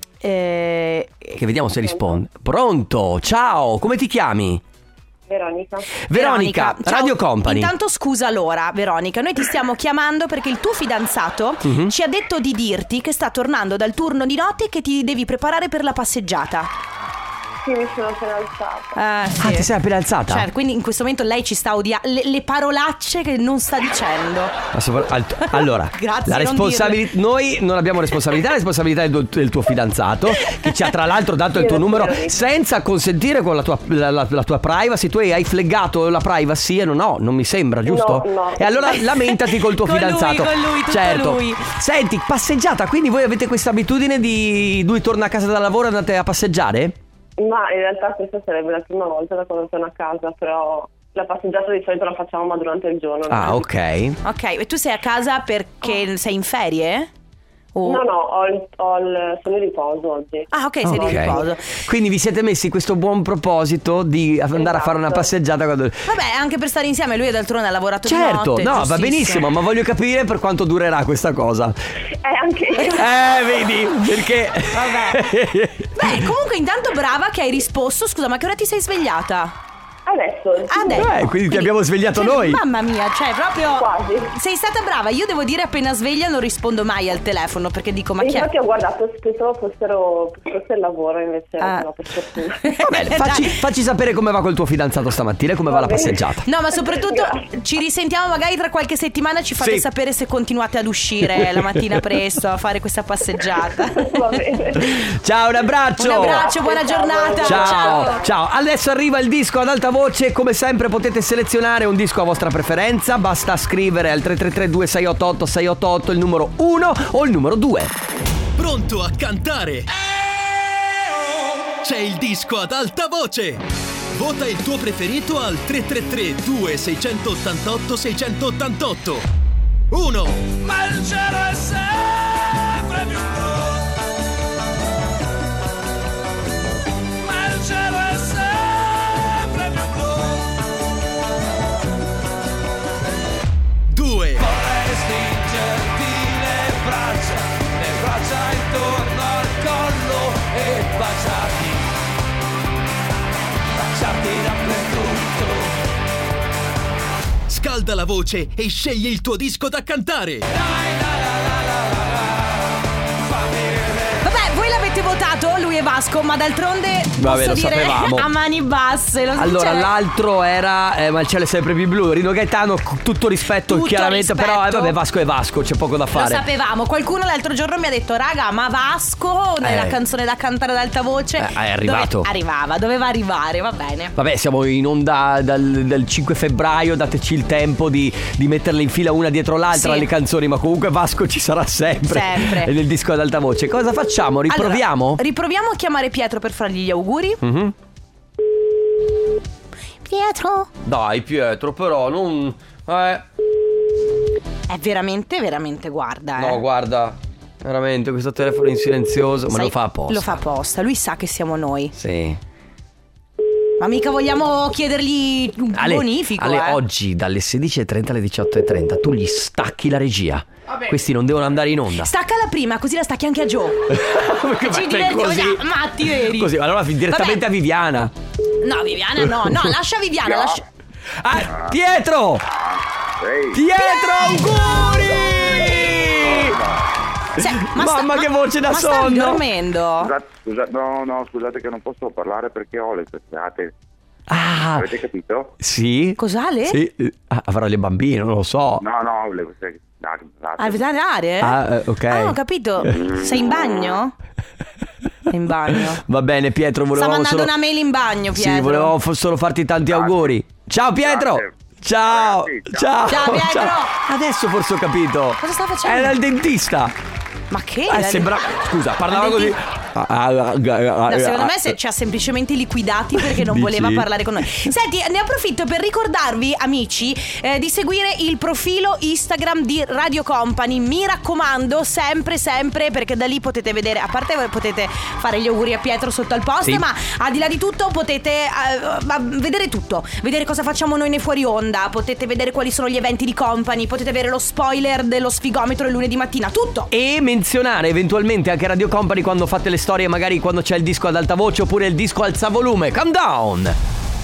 eh, Che vediamo se risponde. Pronto, ciao, come ti chiami? Veronica. Veronica, ciao. Radio Company. Intanto scusa l'ora, Veronica, noi ti stiamo chiamando perché il tuo fidanzato Mhm. ci ha detto di dirti che sta tornando dal turno di notte e che ti devi preparare per la passeggiata. Sì, mi sono appena alzata. Ah, sì. Ah, ti sei appena alzata? Cioè, quindi in questo momento lei ci sta odiando le, le parolacce che non sta dicendo. Ma sopra- al- Allora, Grazie, la non responsabilità, noi non abbiamo responsabilità, la responsabilità è del, del tuo fidanzato, che ci ha tra l'altro dato il tuo numero senza consentire con la tua, la, la- la tua privacy. Tu hai flaggato la privacy e no, no, non mi sembra, giusto? No, no. E allora lamentati col tuo Con lui, fidanzato. con lui, tutto certo. lui. Senti, passeggiata, quindi voi avete questa abitudine di lui torna a casa da lavoro e andate a passeggiare? Ma in realtà questa sarebbe la prima volta da quando sono a casa, però la passeggiata di solito la facciamo ma durante il giorno. Ah, ok. Ok, e tu sei a casa perché sei in ferie? Oh. No, no, ho il, ho il, sono in riposo oggi. Ah, ok, sei Ok. di riposo. Quindi vi siete messi questo buon proposito di andare a fare una passeggiata quando... Vabbè, anche per stare insieme, lui d'altronde ha lavorato Certo, di notte. no, va benissimo, ma voglio capire per quanto durerà questa cosa. Eh, anche io. Eh, vedi, perché... Vabbè. Beh, comunque intanto brava che hai risposto. Scusa, ma che ora ti sei svegliata? Adesso. Adesso. Eh, quindi ti abbiamo svegliato Cioè, noi. Mamma mia, cioè proprio Quasi. sei stata brava. Io devo dire appena sveglia non rispondo mai al telefono perché dico ma E chi è? infatti ho guardato, pensavo fossero fosse il lavoro, invece Ah. no, per fortuna. Va bene, facci, facci sapere come va col tuo fidanzato stamattina e come va la passeggiata. No, ma soprattutto ci risentiamo magari tra qualche settimana. Ci fate Sì. sapere se continuate ad uscire la mattina presto a fare questa passeggiata. Va bene. Ciao, un abbraccio. Un abbraccio, buona giornata. Ciao, ciao. Adesso arriva il disco ad alta voce. Come sempre potete selezionare un disco a vostra preferenza. Basta scrivere al tre tre tre due sei otto otto sei otto otto il numero uno o il numero due. Pronto a cantare? C'è il disco ad alta voce. Vota il tuo preferito al tre tre tre due sei otto otto sei otto otto. uno. Ma il cielo è sempre più blu. Ma il cielo è sempre più blu. due. Vorrei stringerti le braccia, le braccia intorno al collo e baciarti, baciarti dappertutto. Scalda la voce e scegli il tuo disco da cantare. Vabbè, voi l'avete votato, lui e Vasco, ma d'altronde Vabbè, posso lo dire sapevamo. a mani basse. Lo Allora, cioè, l'altro era eh, ma il cielo è sempre più blu. Rino Gaetano, c- tutto rispetto, Tutto chiaramente. rispetto. Però, eh, vabbè, Vasco è Vasco, c'è poco da Lo fare. sapevamo. Qualcuno l'altro giorno mi ha detto raga, ma Vasco nella Eh. canzone da cantare ad alta voce Eh, è arrivato. dove- arrivava, doveva arrivare, va bene. Vabbè, siamo in onda dal, dal cinque febbraio, dateci il tempo di, di metterle in fila una dietro l'altra Sì. le canzoni, ma comunque Vasco ci sarà sempre. Sempre. E nel disco ad alta voce. Cosa facciamo? Riproviamo? Allora, riproviamo a chiamare Pietro per fargli gli auguri. Mhm. Pietro. Dai, Pietro, però non... Eh, È veramente, veramente, guarda. eh. no, guarda, veramente, questo telefono in silenzioso, ma Sai, lo fa apposta. Lo fa apposta, lui sa che siamo noi. Sì. Ma mica vogliamo chiedergli un Ale, bonifico, Ale, eh. oggi dalle sedici e trenta alle diciotto e trenta tu gli stacchi la regia. Questi non devono andare in onda. Staccala prima, così la stacchi anche a Joe. Perché Ci vai divertiamo così? già, matti veri. Così, allora direttamente Vabbè. a Viviana. No, Viviana no, no, lascia Viviana, lascia... Ah, Pietro! Pietro, auguri! Cioè, ma sta- Mamma, che voce da ma stavi sonno! dormendo? Scusate, scusa, no, no, scusate che non posso parlare perché ho le testate. Ah, Avete capito? sì? Cos'ha le? Sì, eh, ah, avrà le bambine, non lo so. No, no, le testate. Ah, vedete dare? Ah, eh, ok. Ah, ho capito. Sei in bagno? È in bagno. Va bene, Pietro, Sta volevamo mandando solo... una mail in bagno, Pietro. Sì, volevamo fo- solo farti tanti auguri. Ciao Pietro! Grazie. Ciao! Ragazzi, Ciao! Ciao, Pietro! Adesso forse ho capito. Cosa sta facendo? Era il dentista. Ma che? Eh, sembra... Scusa, parlava Ma così. denti- No, secondo me se ci ha semplicemente liquidati perché non Dici? voleva parlare con noi. Senti, ne approfitto per ricordarvi, amici, eh, di seguire il profilo Instagram di Radio Company. Mi raccomando, sempre, sempre, perché da lì potete vedere, a parte voi potete fare gli auguri a Pietro sotto al post, Sì. ma al di là di tutto potete eh, vedere tutto. Vedere cosa facciamo noi nei fuori onda, potete vedere quali sono gli eventi di Company, potete avere lo spoiler dello sfigometro il lunedì mattina, tutto. E menzionare eventualmente anche Radio Company quando fate le storie, magari quando c'è il disco ad alta voce oppure il disco alza volume. Calm down.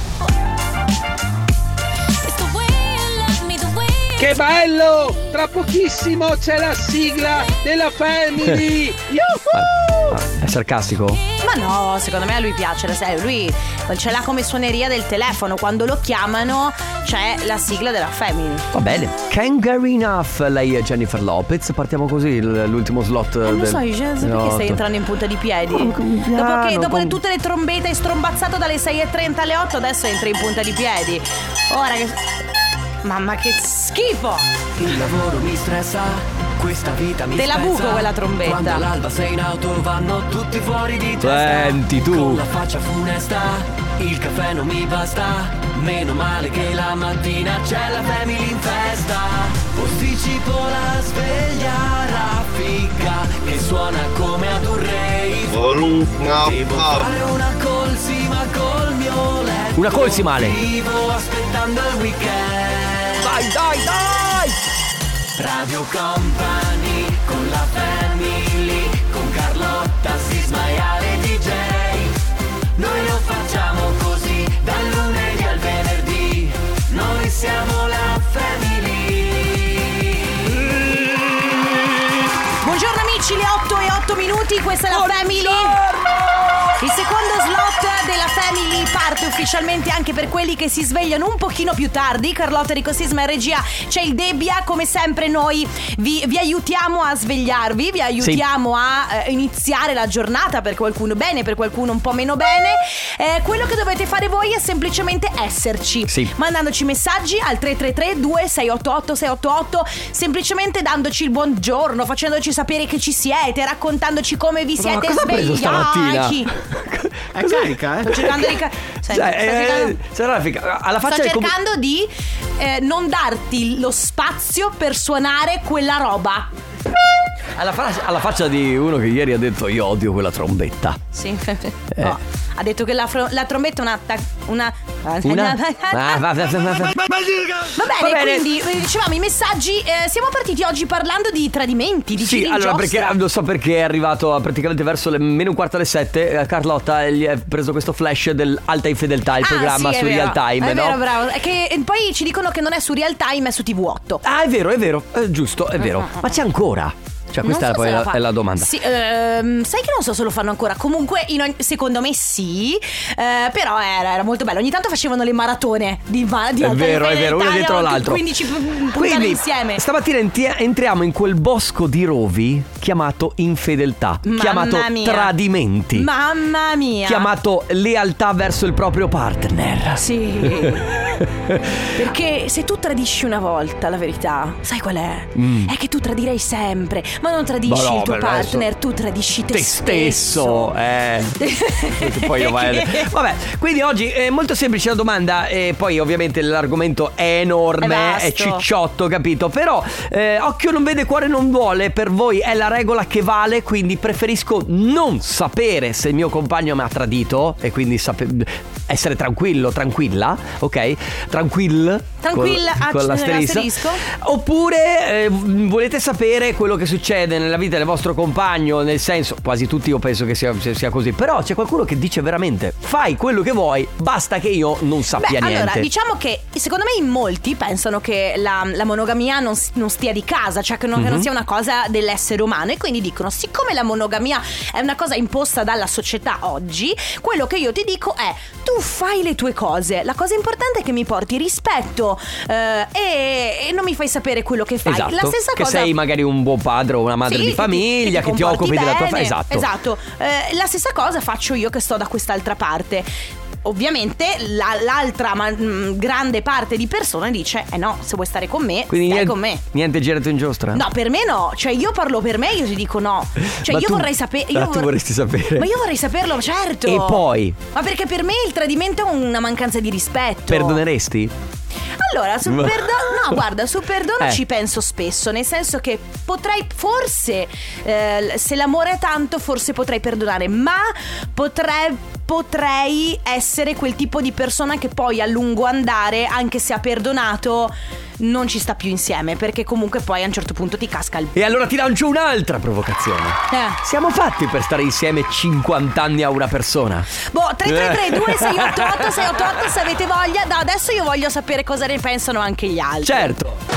Che bello! Tra pochissimo c'è la sigla della Family! Yuhu! Ah, è sarcastico? Ma no, secondo me a lui piace, serio. Lui ce l'ha come suoneria del telefono. Quando lo chiamano c'è la sigla della Family. Va bene. Can't get enough. Lei è Jennifer Lopez. Partiamo così l- l'ultimo slot. Non lo del- so, io perché no, stai entrando in punta di piedi? Dopo che dopo le- tutte le trombette hai strombazzato dalle sei e trenta alle otto, adesso entri in punta di piedi. Ora che... Mamma che schifo! Il lavoro mi stressa, questa vita mi Te la spezza. buco quella trombetta. Quando all'alba sei in auto vanno tutti fuori di testa. Senti tu. Con la faccia funesta, il caffè non mi basta. Meno male che la mattina c'è la Family in festa. Posticipo la sveglia raffica, No, Devo no. fare una colsima col mio letto. Una colsimale. Vivo aspettando il weekend. Dai, dai, dai. Radio Company con la family, con Carlotta, Sisma e Ale D J. Noi lo facciamo così, dal lunedì al venerdì. Noi siamo la family. Buongiorno amici, le otto e otto minuti, questa è la Family. Il secondo slot della Family parte ufficialmente anche per quelli che si svegliano un pochino più tardi. Carlotta, Enrico Sisma e regia, c'è il Debbia. Come sempre noi vi, vi aiutiamo a svegliarvi, vi aiutiamo sì. a eh, iniziare la giornata, per qualcuno bene, per qualcuno un po' meno bene. eh, Quello che dovete fare voi è semplicemente esserci, sì. mandandoci messaggi al tre tre tre due sei otto otto sei otto otto, semplicemente dandoci il buongiorno, facendoci sapere che ci siete, raccontandoci come vi siete svegliati. È carica, eh? Sto cercando di ca- Sai, Cioè, sto eh, cercando, alla faccia sto del com- cercando di eh, non darti lo spazio per suonare quella roba. alla, fa- alla faccia di uno che ieri ha detto io odio quella trombetta. Sì. Eh. Oh, ha detto che la, fro- la trombetta è una ta- una Una? Ah, va, va, va, va. Va bene, Va bene. quindi eh, dicevamo i messaggi. eh, Siamo partiti oggi parlando di tradimenti, di Sì, giri in allora giostra. perché lo so perché è arrivato a praticamente verso le meno un quarto alle sette. eh, Carlotta gli è preso questo flash dell'alta infedeltà, il Ah, programma sì, è su vero. Real Time, È no? vero, bravo. È che eh, poi ci dicono che non è su Real Time, è su T V otto. Ah, è vero, è vero, è giusto, è vero. Ma c'è ancora? Cioè questa Non è so poi se la, fa- è la domanda. Sì, ehm, sai che non so se lo fanno ancora. Comunque in ogni- secondo me sì, eh, però era, era molto bello. Ogni tanto facevano le maratone di, ma- di È alta vero, è infedeltà, vero, uno dietro l'altro. quindici pu- puntate Quindi insieme. stamattina enti- entriamo in quel bosco di rovi chiamato infedeltà, Mamma chiamato mia. tradimenti, Mamma mia. chiamato lealtà verso il proprio partner. Sì. Perché se tu tradisci una volta, la verità, sai qual è? Mm. È che tu tradirai sempre. Ma non tradisci Ma no, il tuo beh, partner, adesso- tu tradisci te, Te stesso, eh. Perché poi lo vai a- Vabbè, quindi oggi è molto semplice la domanda. E poi ovviamente l'argomento è enorme, È è, vasto. cicciotto, capito? Però eh, occhio non vede, cuore non vuole. Per voi è la regola che vale. Quindi preferisco non sapere se il mio compagno mi ha tradito. E quindi sape- essere tranquillo, tranquilla, ok? Tranquill Tranquilla, con, con acc- l'asterisco. asterisco. Oppure eh, volete sapere quello che succede nella vita del vostro compagno, nel senso, quasi tutti io penso che sia, sia così. Però c'è qualcuno che dice veramente fai quello che vuoi, basta che io non sappia Beh, niente. allora, diciamo che secondo me in molti pensano che la, la monogamia non, s- non stia di casa, cioè che non, che non Mhm. sia una cosa dell'essere umano. E quindi dicono, siccome la monogamia è una cosa imposta dalla società oggi, quello che io ti dico è: tu fai le tue cose, la cosa importante è che mi porti rispetto, eh, e, e non mi fai sapere quello che fai. Esatto, La stessa che cosa, sei magari un buon padre o una madre Sì, di che ti- famiglia, che ti, comporti occupi della tua bene. famiglia. Esatto. Esatto. Eh, la stessa cosa faccio io che sto da quest'altra parte. Ovviamente la- l'altra ma- mh, grande parte di persone dice: eh no, se vuoi stare con me, Quindi stai niente, con me. niente girato in giostra? No, per me no. Cioè io parlo per me, io ti dico no. Cioè Ma io tu- vorrei sapere. Ah, tu vorresti sapere. Ma io vorrei saperlo, certo. E poi? Ma perché per me il tradimento è una mancanza di rispetto. Perdoneresti? Allora, sul Ma- perdono, no, guarda, sul perdono Eh. ci penso spesso, nel senso che potrei, forse, eh, se l'amore è tanto, forse potrei perdonare, ma potrei, potrei essere quel tipo di persona che poi a lungo andare, anche se ha perdonato, non ci sta più insieme, perché comunque poi a un certo punto ti casca il... E allora ti lancio un'altra provocazione. Eh. Siamo fatti per stare insieme cinquanta anni a una persona? Boh, tre tre tre due sei otto otto sei otto otto se avete voglia. Da adesso io voglio sapere cosa ne pensano anche gli altri. Certo.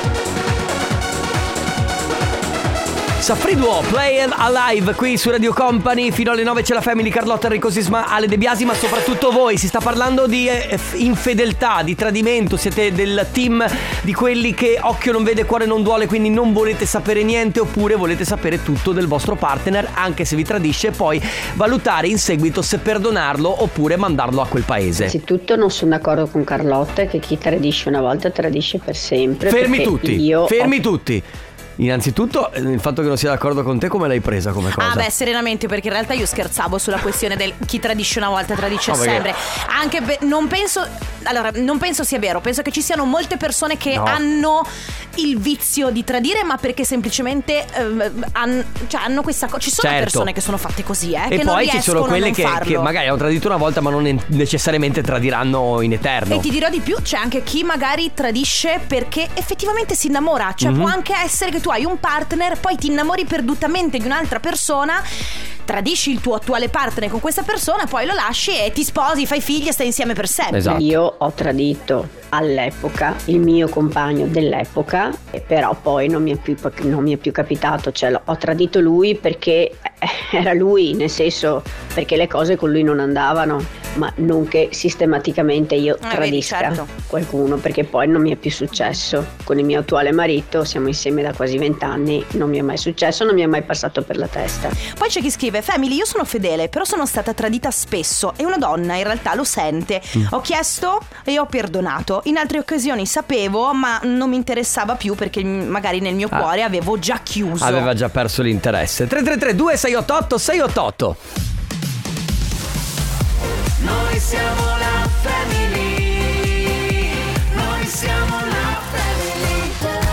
Safri Duo, Play It Alive qui su Radio Company. Fino alle nove c'è la Family, Carlotta, Enrico Sisma, Ale De Biasi. Ma soprattutto voi, si sta parlando di eh, infedeltà, di tradimento. Siete del team di quelli che occhio non vede, cuore non duole, quindi non volete sapere niente, oppure volete sapere tutto del vostro partner, anche se vi tradisce, e poi valutare in seguito se perdonarlo oppure mandarlo a quel paese. Innanzitutto non sono d'accordo con Carlotta che chi tradisce una volta tradisce per sempre. Fermi perché tutti, io fermi ho- tutti. Innanzitutto il fatto che non sia d'accordo con te, come l'hai presa come cosa? Ah beh, serenamente, perché in realtà io scherzavo sulla questione del chi tradisce una volta tradisce No, perché- sempre. Anche pe- non penso, allora, non penso sia vero. Penso che ci siano molte persone che No. hanno il vizio di tradire, ma perché semplicemente eh, han, cioè, hanno questa cosa. Ci sono Certo. persone che sono fatte così, eh, E che non poi ci riescono sono quelle a non che, farlo. che magari hanno tradito una volta ma non ne- necessariamente tradiranno in eterno. E ti dirò di più, c'è anche chi magari tradisce perché effettivamente si innamora. Cioè Mhm. può anche essere che tu hai un partner, poi ti innamori perdutamente di un'altra persona, tradisci il tuo attuale partner con questa persona, poi lo lasci e ti sposi, fai figli e stai insieme per sempre. Esatto. Io ho tradito all'epoca il mio compagno dell'epoca, e però poi non mi è più, non mi è più capitato, cioè lo- ho tradito lui perché era lui, nel senso perché le cose con lui non andavano, ma non che sistematicamente io vedi, tradisca certo. qualcuno, perché poi non mi è più successo. Con il mio attuale marito siamo insieme da quasi vent'anni, non mi è mai successo, non mi è mai passato per la testa. Poi c'è chi scrive: Family, io sono fedele, però sono stata tradita spesso e una donna in realtà lo sente. Mm. Ho chiesto e ho perdonato. In altre occasioni sapevo, ma non mi interessava più perché mm, magari nel mio Ah. cuore avevo già chiuso. Aveva già perso l'interesse. Tre tre tre due sei otto otto sei otto otto. Noi siamo la family. Noi siamo la family.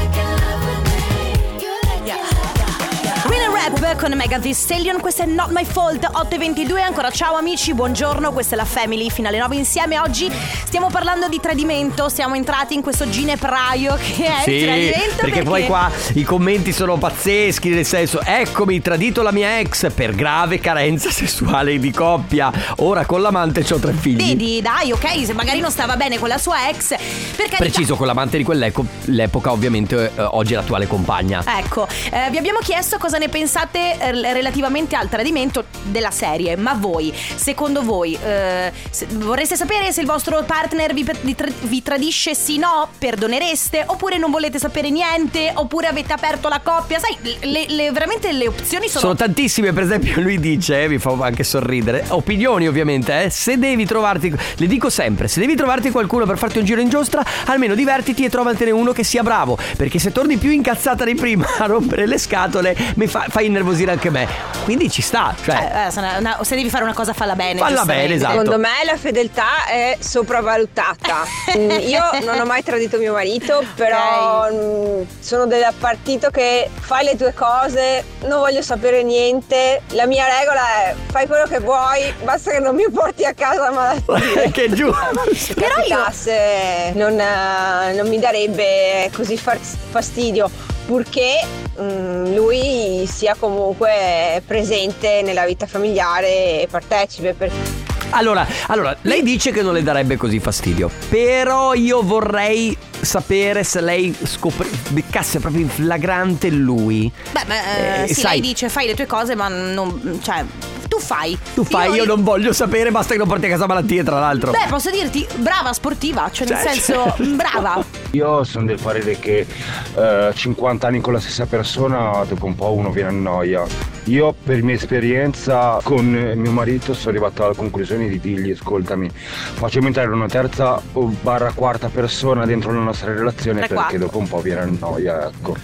Real Rap con Megan Thee Stallion. Questa è Not My Fault. Otto e ventidue. Ancora ciao amici, buongiorno. Questa è la Family fino alle nove insieme. Oggi stiamo parlando di tradimento. Siamo entrati in questo ginepraio che è Sì, il tradimento, perché, poi qua i commenti sono pazzeschi, nel senso: eccomi, tradito la mia ex per grave carenza sessuale di coppia. Ora con l'amante c'ho tre figli. vedi, dai, ok, se magari non stava bene con la sua ex, per carità. Preciso, con l'amante di quell'epoca, ovviamente eh, oggi è l'attuale compagna. Ecco, eh, vi abbiamo chiesto cosa ne pensate eh, relativamente al tradimento della serie. Ma voi, secondo voi, eh, se- vorreste sapere se il vostro partner vi, vi tra- vi tradisce sì no? Perdonereste? Oppure non volete sapere niente? Oppure avete aperto la coppia? Sai, le, le- veramente le opzioni sono... Sono tantissime, per esempio lui dice, eh, mi fa anche sorridere, opinioni ovviamente, eh, se devi trovarti, le dico sempre, se devi trovarti qualcuno per farti un giro in giostra, almeno divertiti e trovatene uno che sia bravo, perché se torni più incazzata di prima a rompere le scatole mi fa, fa innervosire anche me, quindi ci sta, cioè Eh, eh, se una- se devi fare una cosa falla bene. Falla giustamente. bene, esatto. Secondo me la fedeltà è sopravvalutata. Mm, Io non ho mai tradito mio marito, però mm, sono del partito che fai le tue cose, non voglio sapere niente. La mia regola è fai quello che vuoi, basta che non mi porti a casa malattie. Che giù. Se capitasse, non, eh, non mi darebbe così far- fastidio, purché mm, lui sia comunque presente nella vita familiare e partecipe. Per... Allora, allora, lei dice che non le darebbe così fastidio, però io vorrei sapere se lei scopri, beccasse proprio in flagrante lui. Beh, beh, eh, Eh, sì, sai- lei dice fai le tue cose, ma non... Cioè, tu fai. Tu fai, io, non voglio sapere, basta che non porti a casa malattie, tra l'altro. Beh, posso dirti, brava sportiva, cioè nel Cioè, senso, cioè. brava. Io sono del parere che eh, cinquanta anni con la stessa persona, dopo un po' uno viene a noia. Io per mia esperienza con eh, mio marito sono arrivato alla conclusione di dirgli: ascoltami, facciamo entrare una terza o barra quarta persona dentro la nostra relazione, Tre, perché quattro. dopo un po' viene a noia, ecco.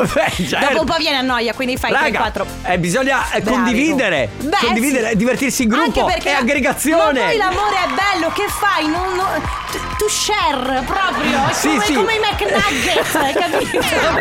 Dopo un po' viene a noia, quindi fai tre Raga, quattro. eh, bisogna eh, Bravi. condividere, Beh, condividere, sì. divertirsi in Anche gruppo, perché è aggregazione. Ma poi l'amore è bello, che fai? Non, non- tu, tu share proprio. È Sì, come, sì. come i McNuggets, hai capito?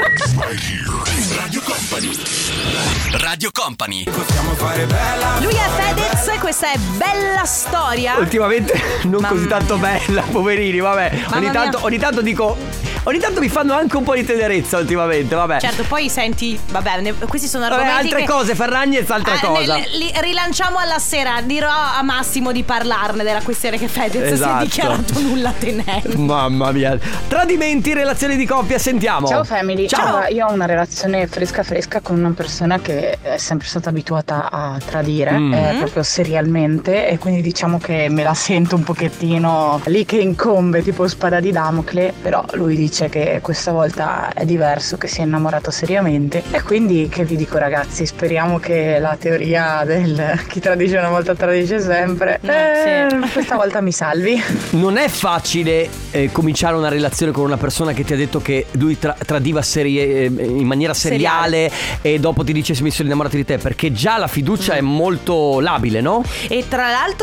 Radio Company. Radio Company. Possiamo fare bella. Lui è Fedez, questa è Bella Storia. Ultimamente non Mamma così tanto bella, poverini, vabbè. Mamma Ogni tanto, mia. ogni tanto dico, ogni tanto mi fanno anche un po' di tenerezza ultimamente, vabbè. Certo, poi senti, vabbè, ne- questi sono Vabbè, argomenti altre che- cose, Ferragnez, altra Eh, cosa. ne- li rilanciamo alla sera. Dirò a Massimo di parlarne della questione che Fedez si Esatto. è dichiarato nulla tenente. Mamma mia. Tradimenti, relazioni di coppia, sentiamo. Ciao family, Ciao. Allora, io ho una relazione fresca fresca con una persona che è sempre stata abituata a tradire, Mm. eh, proprio serialmente, e quindi diciamo che me la sento un pochettino lì che incombe, tipo spada di Damocle, però lui dice che questa volta è diverso, che si è innamorato seriamente, e quindi che vi dico ragazzi, speriamo che la teoria del chi tradisce una volta tradisce sempre, eh, questa volta mi salvi. Non è facile eh, cominciare una relazione con una persona che ti ha detto che lui tra- tradiva serie, eh, in maniera seriale, e dopo ti dice mi sono innamorato di te, perché già la fiducia è molto labile, no? E tra l'altro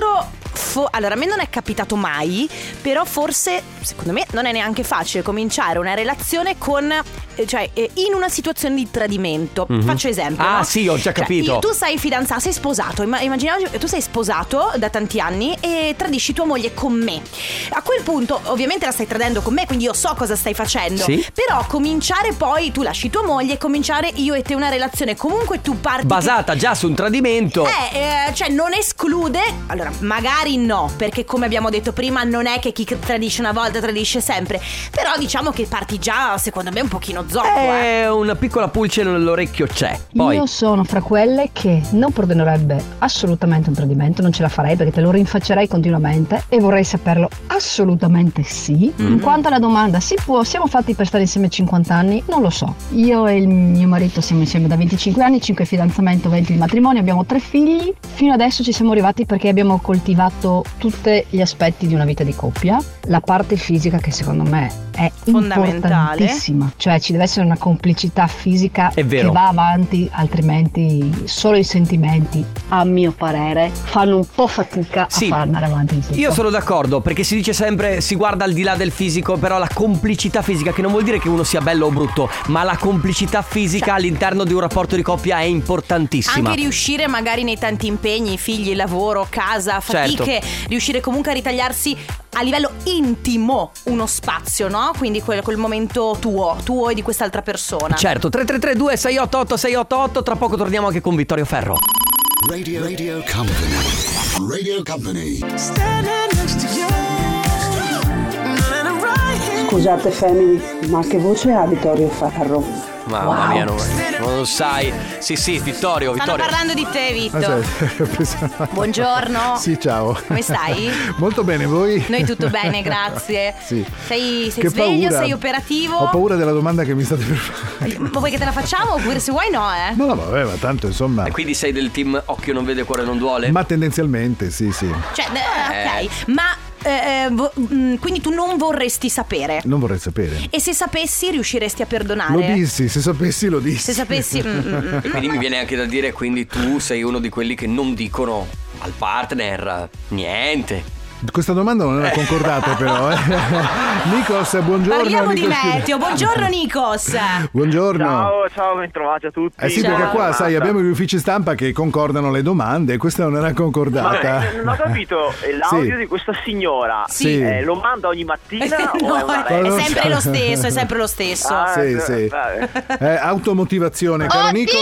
fo- allora a me non è capitato mai, però forse secondo me non è neanche facile cominciare una relazione con eh, cioè eh, in una situazione di tradimento. Mhm. Faccio esempio, Ah, no? sì, ho già Cioè, capito. io- tu sei fidanzato, sei sposato, imma- immaginiamo che tu sei sposato da tanti anni e tradisci tua moglie con me. A quel punto ovviamente la stai tradendo con me, quindi io so cosa stai facendo. Sì. Però cominciare poi, tu lasci tua moglie e cominciare io e te una relazione, comunque tu parti Basata già su un tradimento. eh, eh, cioè non esclude. Allora magari no, perché come abbiamo detto prima non è che chi tradisce una volta tradisce sempre. Però diciamo che parti già secondo me un pochino zoppo eh. Eh, una piccola pulce nell'orecchio c'è. Poi Io sono fra quelle che non perdonerebbe assolutamente un tradimento, non ce la farei perché te lo rinfaccerei continuamente e vorrei saperlo assolutamente sì. Mm. In quanto alla domanda, si può, siamo fatti per stare insieme cinquanta anni? Non lo so. Io e il mio marito siamo insieme da venticinque anni, cinque fidanzamento, venti di matrimonio, abbiamo tre figli. Fino adesso ci siamo arrivati perché abbiamo coltivato tutti gli aspetti di una vita di coppia. La parte fisica che secondo me è Fondamentale. importantissima, cioè ci deve essere una complicità fisica È vero. che va avanti, altrimenti solo i sentimenti, a mio parere, fanno un po' fatica Sì. a far andare avanti il tutto. io sono d'accordo, perché si dice sempre si guarda al di là del fisico, però la complicità fisica, che non vuol dire che uno sia bello o brutto, ma la complicità fisica all'interno di un rapporto di coppia è importantissima. Anche riuscire magari nei tanti impegni, figli, lavoro, casa, fatiche, riuscire comunque a ritagliarsi a livello intimo uno spazio, no? Quindi quel, quel momento tuo, tuo e di quest'altra persona. Certo, tre tre tre due sei otto otto sei otto otto, tra poco torniamo anche con Vittorio Ferro. Radio, Radio Company. Radio Company. Scusate family, ma che voce ha Vittorio Ferro? Mamma Wow. mia, non, non lo sai. Sì, sì, Vittorio, Stanno Vittorio. parlando di te, Vitto. Ah, Buongiorno. Sì, ciao. Come stai? Molto bene, voi? Noi tutto bene, grazie. Sì. Sei, sei Che sveglio, paura. sei operativo? Ho paura della domanda che mi state per fare. Ma vuoi che te la facciamo? Oppure se vuoi no, eh? No, no, vabbè, ma tanto insomma. E quindi sei del team occhio non vede, cuore non duole? Ma tendenzialmente, sì, sì. Cioè, eh, ok. Ma eh, vo- mh, quindi tu non vorresti sapere? Non vorrei sapere. E se sapessi riusciresti a perdonare? Lo dissi, se sapessi lo dissi. Se sapessi mm, mm, mm. E quindi mi viene anche da dire, quindi tu sei uno di quelli che non dicono al partner niente. Questa domanda non era concordata però, eh. Nikos, buongiorno. Parliamo di Nikos. meteo. Buongiorno Nikos. Buongiorno. Ciao, ciao, ben trovati a tutti. Eh sì, Buona perché qua, giornata. sai, abbiamo gli uffici stampa che concordano le domande e questa non era concordata. Ma, eh, non ho capito, eh, l'audio Sì. di questa signora Sì. eh, lo manda ogni mattina o è una È regola? sempre lo stesso, è sempre lo stesso. Ah, Sì, sì. vabbè. Eh, automotivazione, caro Nikos.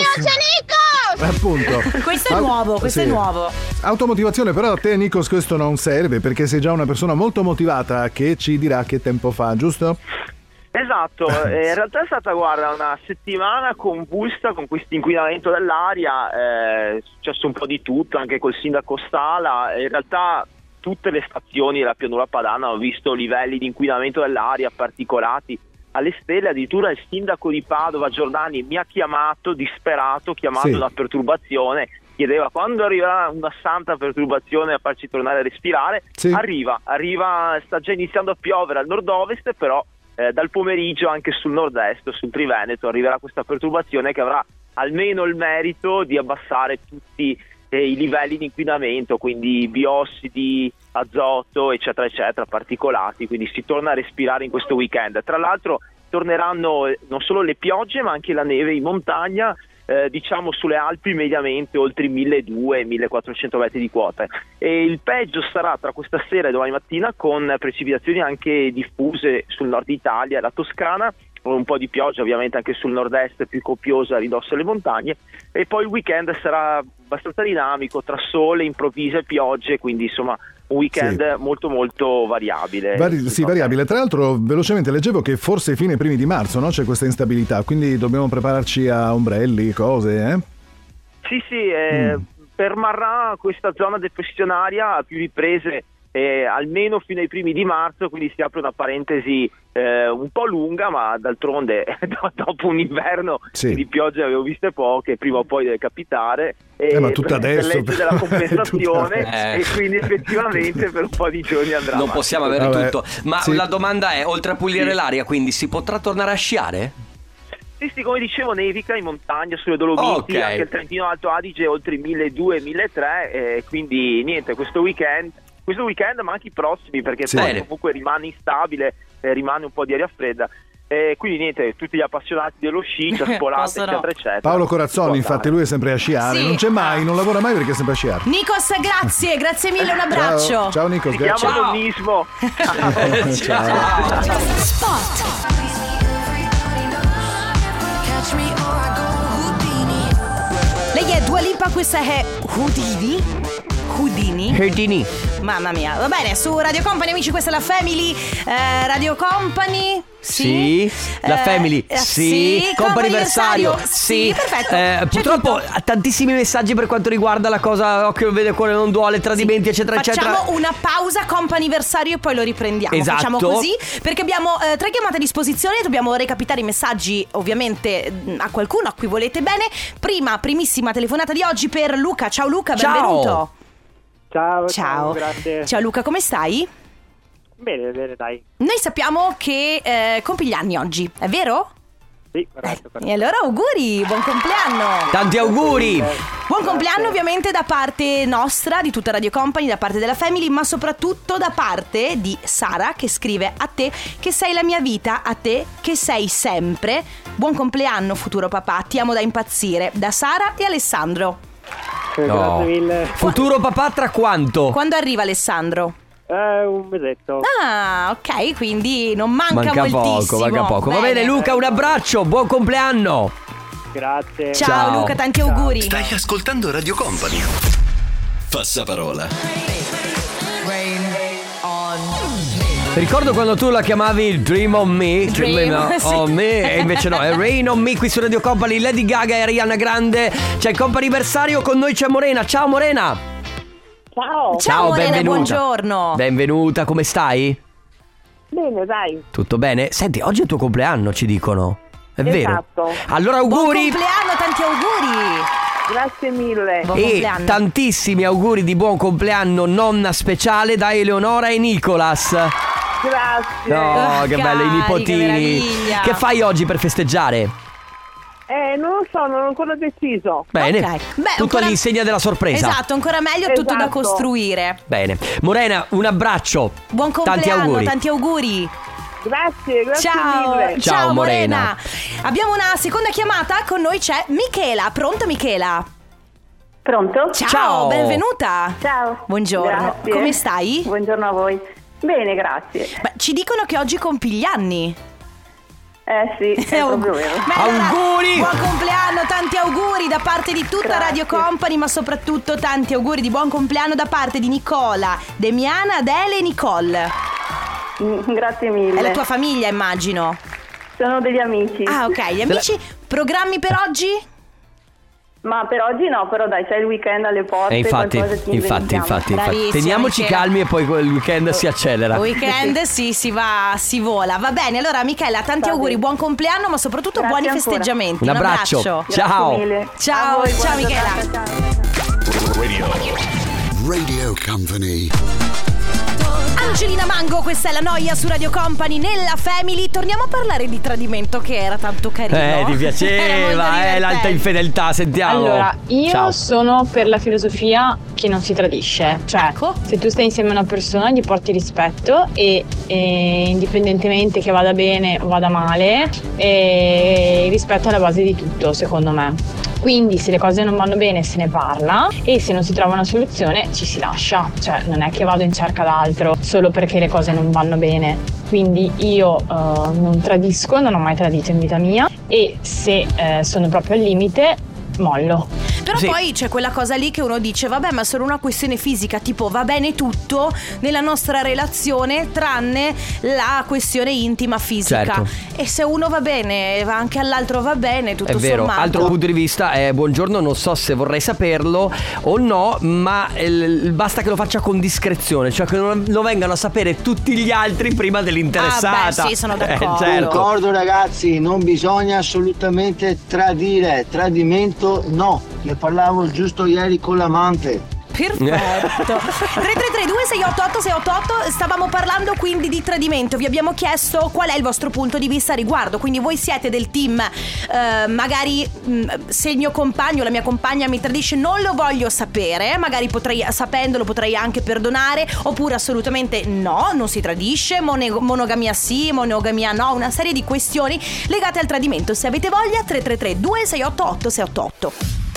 Appunto. Questo è Au- nuovo, questo sì. è nuovo. Automotivazione, però a te Nikos questo non serve perché sei già una persona molto motivata che ci dirà che tempo fa, giusto? Esatto, eh, in realtà è stata, guarda, una settimana convulsa con questo inquinamento dell'aria, eh, è successo un po' di tutto, anche col sindaco Stala. In realtà tutte le stazioni della pianura padana hanno visto livelli di inquinamento dell'aria particolati alle stelle. Addirittura il sindaco di Padova, Giordani, mi ha chiamato disperato, chiamando Sì. una perturbazione, chiedeva quando arriverà una santa perturbazione a farci tornare a respirare. Sì. Arriva, arriva, sta già iniziando a piovere al nord-ovest, però eh, dal pomeriggio anche sul nord-est, sul Triveneto, arriverà questa perturbazione che avrà almeno il merito di abbassare tutti eh, i livelli di inquinamento, quindi biossidi, azoto, eccetera, eccetera, particolati, quindi si torna a respirare in questo weekend. Tra l'altro torneranno eh, non solo le piogge, ma anche la neve in montagna, eh, diciamo sulle Alpi mediamente oltre i milleduecento millequattrocento metri di quota. E il peggio sarà tra questa sera e domani mattina, con precipitazioni anche diffuse sul nord Italia e la Toscana, con un po' di pioggia ovviamente anche sul nord-est più copiosa a ridosso delle montagne, e poi il weekend sarà abbastanza dinamico tra sole, improvvise piogge, quindi insomma un weekend Sì. molto molto variabile. Vari- sì, variabile. Tra l'altro, velocemente leggevo che forse fine primi di marzo, no? C'è questa instabilità, quindi dobbiamo prepararci a ombrelli, cose, eh? Sì, sì, eh, Mm. permarrà questa zona depressionaria a più riprese eh, almeno fino ai primi di marzo, quindi si apre una parentesi eh, un po' lunga, ma d'altronde do- dopo un inverno Sì. di piogge avevo viste poche, prima o poi deve capitare. E Eh, ma tutta per- adesso, per legge della però. compensazione Tutta- e quindi effettivamente per un po' di giorni andrà Non avanti. possiamo avere Vabbè. tutto. Ma Sì. la domanda è, oltre a pulire Sì. l'aria, quindi si potrà tornare a sciare? Sì, sì, come dicevo, nevica in montagna, sulle Dolomiti, Ok. anche il Trentino Alto Adige oltre i milleduecento milletrecento, eh, quindi niente, questo weekend questo weekend ma anche i prossimi, perché Sì. poi Bene. comunque rimane instabile, eh, rimane un po' di aria fredda. E quindi niente, tutti gli appassionati dello sci, ciaspolate, Possono. eccetera, eccetera. Paolo Corazzoni, infatti, lui è sempre a sciare. Sì. Non c'è mai, non lavora mai perché è sempre a sciare. Nikos, grazie, grazie mille, un abbraccio. Ciao, ciao Nikos, Si grazie. chiama nonnismo. Ciao. Spot. Lei è Dua Lipa, questa è Houdini. Houdini. Houdini. Mamma mia, va bene, su Radio Company, amici, questa è la Family. eh, Radio Company. Sì, la Eh, Family, eh, sì, sì, comp'anniversario, comp'anniversario, sì, sì, perfetto. Eh, C'è purtroppo tutto. tantissimi messaggi per quanto riguarda la cosa occhio non vede, cuore non duole, tradimenti, eccetera, Facciamo eccetera. una pausa comp'anniversario e poi lo riprendiamo. Esatto. Facciamo così perché abbiamo eh, tre chiamate a disposizione. Dobbiamo recapitare i messaggi, ovviamente, mh, a qualcuno a cui volete bene. Prima, primissima telefonata di oggi per Luca. Ciao Luca, Ciao. benvenuto. Ciao, Ciao. grazie. Ciao Luca, come stai? Bene, bene, dai. Noi sappiamo che eh, compi gli anni oggi, è vero? Sì, corretto, corretto. E allora auguri, buon compleanno. Tanti auguri. Buon compleanno ovviamente da parte nostra, di tutta Radio Company, da parte della Family, ma soprattutto da parte di Sara, che scrive: a te che sei la mia vita, a te che sei sempre. Buon compleanno futuro papà, ti amo da impazzire. Da Sara e Alessandro. Eh, No. Grazie mille. Futuro papà tra quanto? Quando arriva Alessandro? Eh, un mesetto. Ah, ok, quindi non manca, Manca moltissimo. poco, manca poco. Va bene Luca, un abbraccio, buon compleanno. Grazie. Ciao, Ciao. Luca, tanti auguri. Stai ascoltando Radio Company. Passaparola. Ricordo quando tu la chiamavi Dream on Me, Dream, sì. on Me, e invece no, è Rain on Me qui su Radio Company, Lady Gaga e Ariana Grande. C'è il comp'anniversario, con noi c'è Morena. Ciao Morena. Ciao. Ciao, Morena, benvenuta. buongiorno. Benvenuta, come stai? Bene, dai. Tutto bene? Senti, oggi è il tuo compleanno, ci dicono. È vero? Esatto. Allora auguri. Buon compleanno, tanti auguri. Grazie mille. Buon E compleanno. tantissimi auguri di buon compleanno, nonna speciale, da Eleonora e Nicolas. Grazie. No, che Cari, bello, i che nipotini. meraviglia. Che fai oggi per festeggiare? Eh, non lo so, non ho ancora deciso. Bene, Ok. Beh, tutto ancora- all'insegna della sorpresa. Esatto, ancora meglio, tutto da Esatto. costruire. Bene, Morena, un abbraccio. Buon compleanno, Tanti auguri. tanti auguri. Grazie, grazie Ciao, mille. Ciao, Morena. Abbiamo una seconda chiamata, con noi c'è Michela. Pronta Michela? Pronto? Ciao, Ciao. benvenuta. Ciao. Buongiorno. Grazie. Come stai? Buongiorno a voi. Bene, grazie. Beh, ci dicono che oggi compi gli anni. Eh sì, è proprio vero. Beh, allora, Auguri. buon compleanno, tanti auguri da parte di tutta Grazie. Radio Company, ma soprattutto tanti auguri di buon compleanno da parte di Nicola, Demiana, Adele e Nicole. Mm, Grazie mille. È la tua famiglia, immagino. Sono degli amici. Ah, ok. Gli amici, programmi per oggi? Ma per oggi no, però dai, c'è il weekend alle porte. E infatti, qualcosa ci infatti, inventiamo. infatti, infatti. Bravissima, Teniamoci Michela. calmi e poi il weekend si accelera. Weekend sì, si va, si vola. Va bene, allora Michela, tanti Va auguri, bene. buon compleanno, ma soprattutto Grazie buoni ancora. festeggiamenti. Un abbraccio. Grazie Ciao. mille. Ciao, A voi, ciao buona Michela. giornata, ciao. Radio. Radio Company. Angelina Mango, questa è La Noia su Radio Company nella Family. Torniamo a parlare di tradimento, che era tanto carino. Eh, ti Era molto piaceva, eh, l'alta divertente. infedeltà, sentiamo. Allora, io Ciao. sono per la filosofia che non si tradisce. Cioè, Ecco. se tu stai insieme a una persona gli porti rispetto e, e indipendentemente che vada bene o vada male, e il rispetto è la base di tutto, secondo me. Quindi se le cose non vanno bene se ne parla, e se non si trova una soluzione ci si lascia. Cioè, non è che vado in cerca d'altro solo perché le cose non vanno bene. Quindi io eh, non tradisco, non ho mai tradito in vita mia, e se eh, sono proprio al limite mollo. Però Sì. poi c'è quella cosa lì che uno dice: vabbè, ma è solo una questione fisica, tipo va bene tutto nella nostra relazione tranne la questione intima fisica. Certo. E se uno va bene, va anche all'altro va bene, tutto È vero, sommato. altro punto di vista è: buongiorno, non so se vorrei saperlo o no, ma il- basta che lo faccia con discrezione, cioè che non lo vengano a sapere tutti gli altri prima dell'interessata. Ah, beh, sì, sono d'accordo. Eh, certo. Ricordo ragazzi, non bisogna assolutamente tradire, tradimento no, ne parlavo giusto ieri con l'amante. Perfetto. tre tre tre due sei otto otto sei otto otto. Stavamo parlando quindi di tradimento. Vi abbiamo chiesto qual è il vostro punto di vista a riguardo. Quindi voi siete del team eh, magari mh, se il mio compagno o la mia compagna mi tradisce non lo voglio sapere, magari potrei, sapendolo potrei anche perdonare, oppure assolutamente no, non si tradisce, mone- monogamia sì, monogamia no, una serie di questioni legate al tradimento. Se avete voglia, tre tre tre due sei otto otto sei otto otto.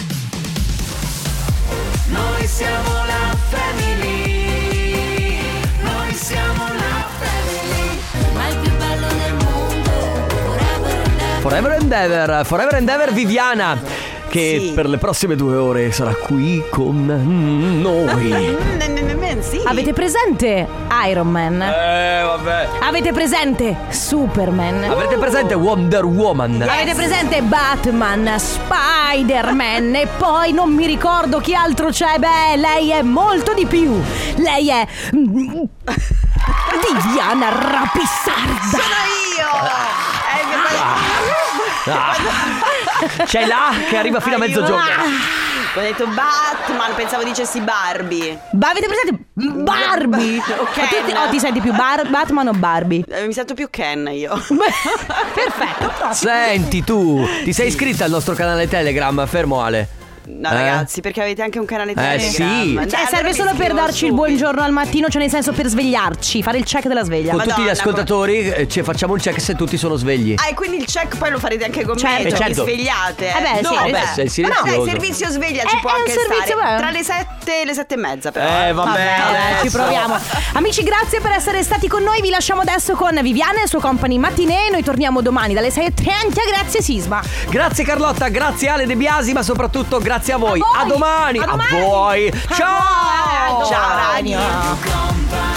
Noi siamo la family, noi siamo la family, ma il più bello del mondo, forever and ever. Forever and ever, forever and ever Viviana, che Sì. per le prossime due ore sarà qui con noi. Sì. Avete presente Iron Man? Eh, vabbè. Avete presente Superman? Avete presente Wonder Woman? Avete presente Batman, Spider-Man e poi non mi ricordo chi altro c'è. Beh, lei è molto di più. Lei è mm, Viviana Rapissarda. Sono io. Eh, che Ah. C'è là che arriva fino a mezzogiorno. Ho detto Batman, pensavo dicessi Barbie. Ma avete presente Barbie? Ok. Ma tu ti, oh, ti senti più Bar- Batman o Barbie? Eh, mi sento più Ken io. Perfetto. Senti tu, ti sei iscritta al nostro canale Telegram, fermo Ale? No Eh? ragazzi, perché avete anche un canale Eh, Telegram. sì. Dai, Cioè, allora serve mi solo per iscrivo darci il subito. buongiorno al mattino, cioè nel senso per svegliarci, fare il check della sveglia. Con tutti gli Madonna, ascoltatori eh, ci facciamo un check se tutti sono svegli. Ah, e quindi il check poi lo farete anche con Certo. me, Eh, certo. vi svegliate. Eh beh, no, sì, beh. beh, sei Ma no, silenzioso. il servizio sveglia È- ci può è un anche servizio, stare beh. tra le sette e le sette e mezza però. Eh, vabbè, Vabbè, ci proviamo. Amici, grazie per essere stati con noi. Vi lasciamo adesso con Viviana e il suo company mattinee. Noi torniamo domani dalle sei e trenta. Grazie Sisma. Grazie Carlotta, grazie Ale De Biasi, ma soprattutto grazie a voi. A voi. A domani. A domani. A voi. Ciao. Ciao. Ciao, Ragno. Company.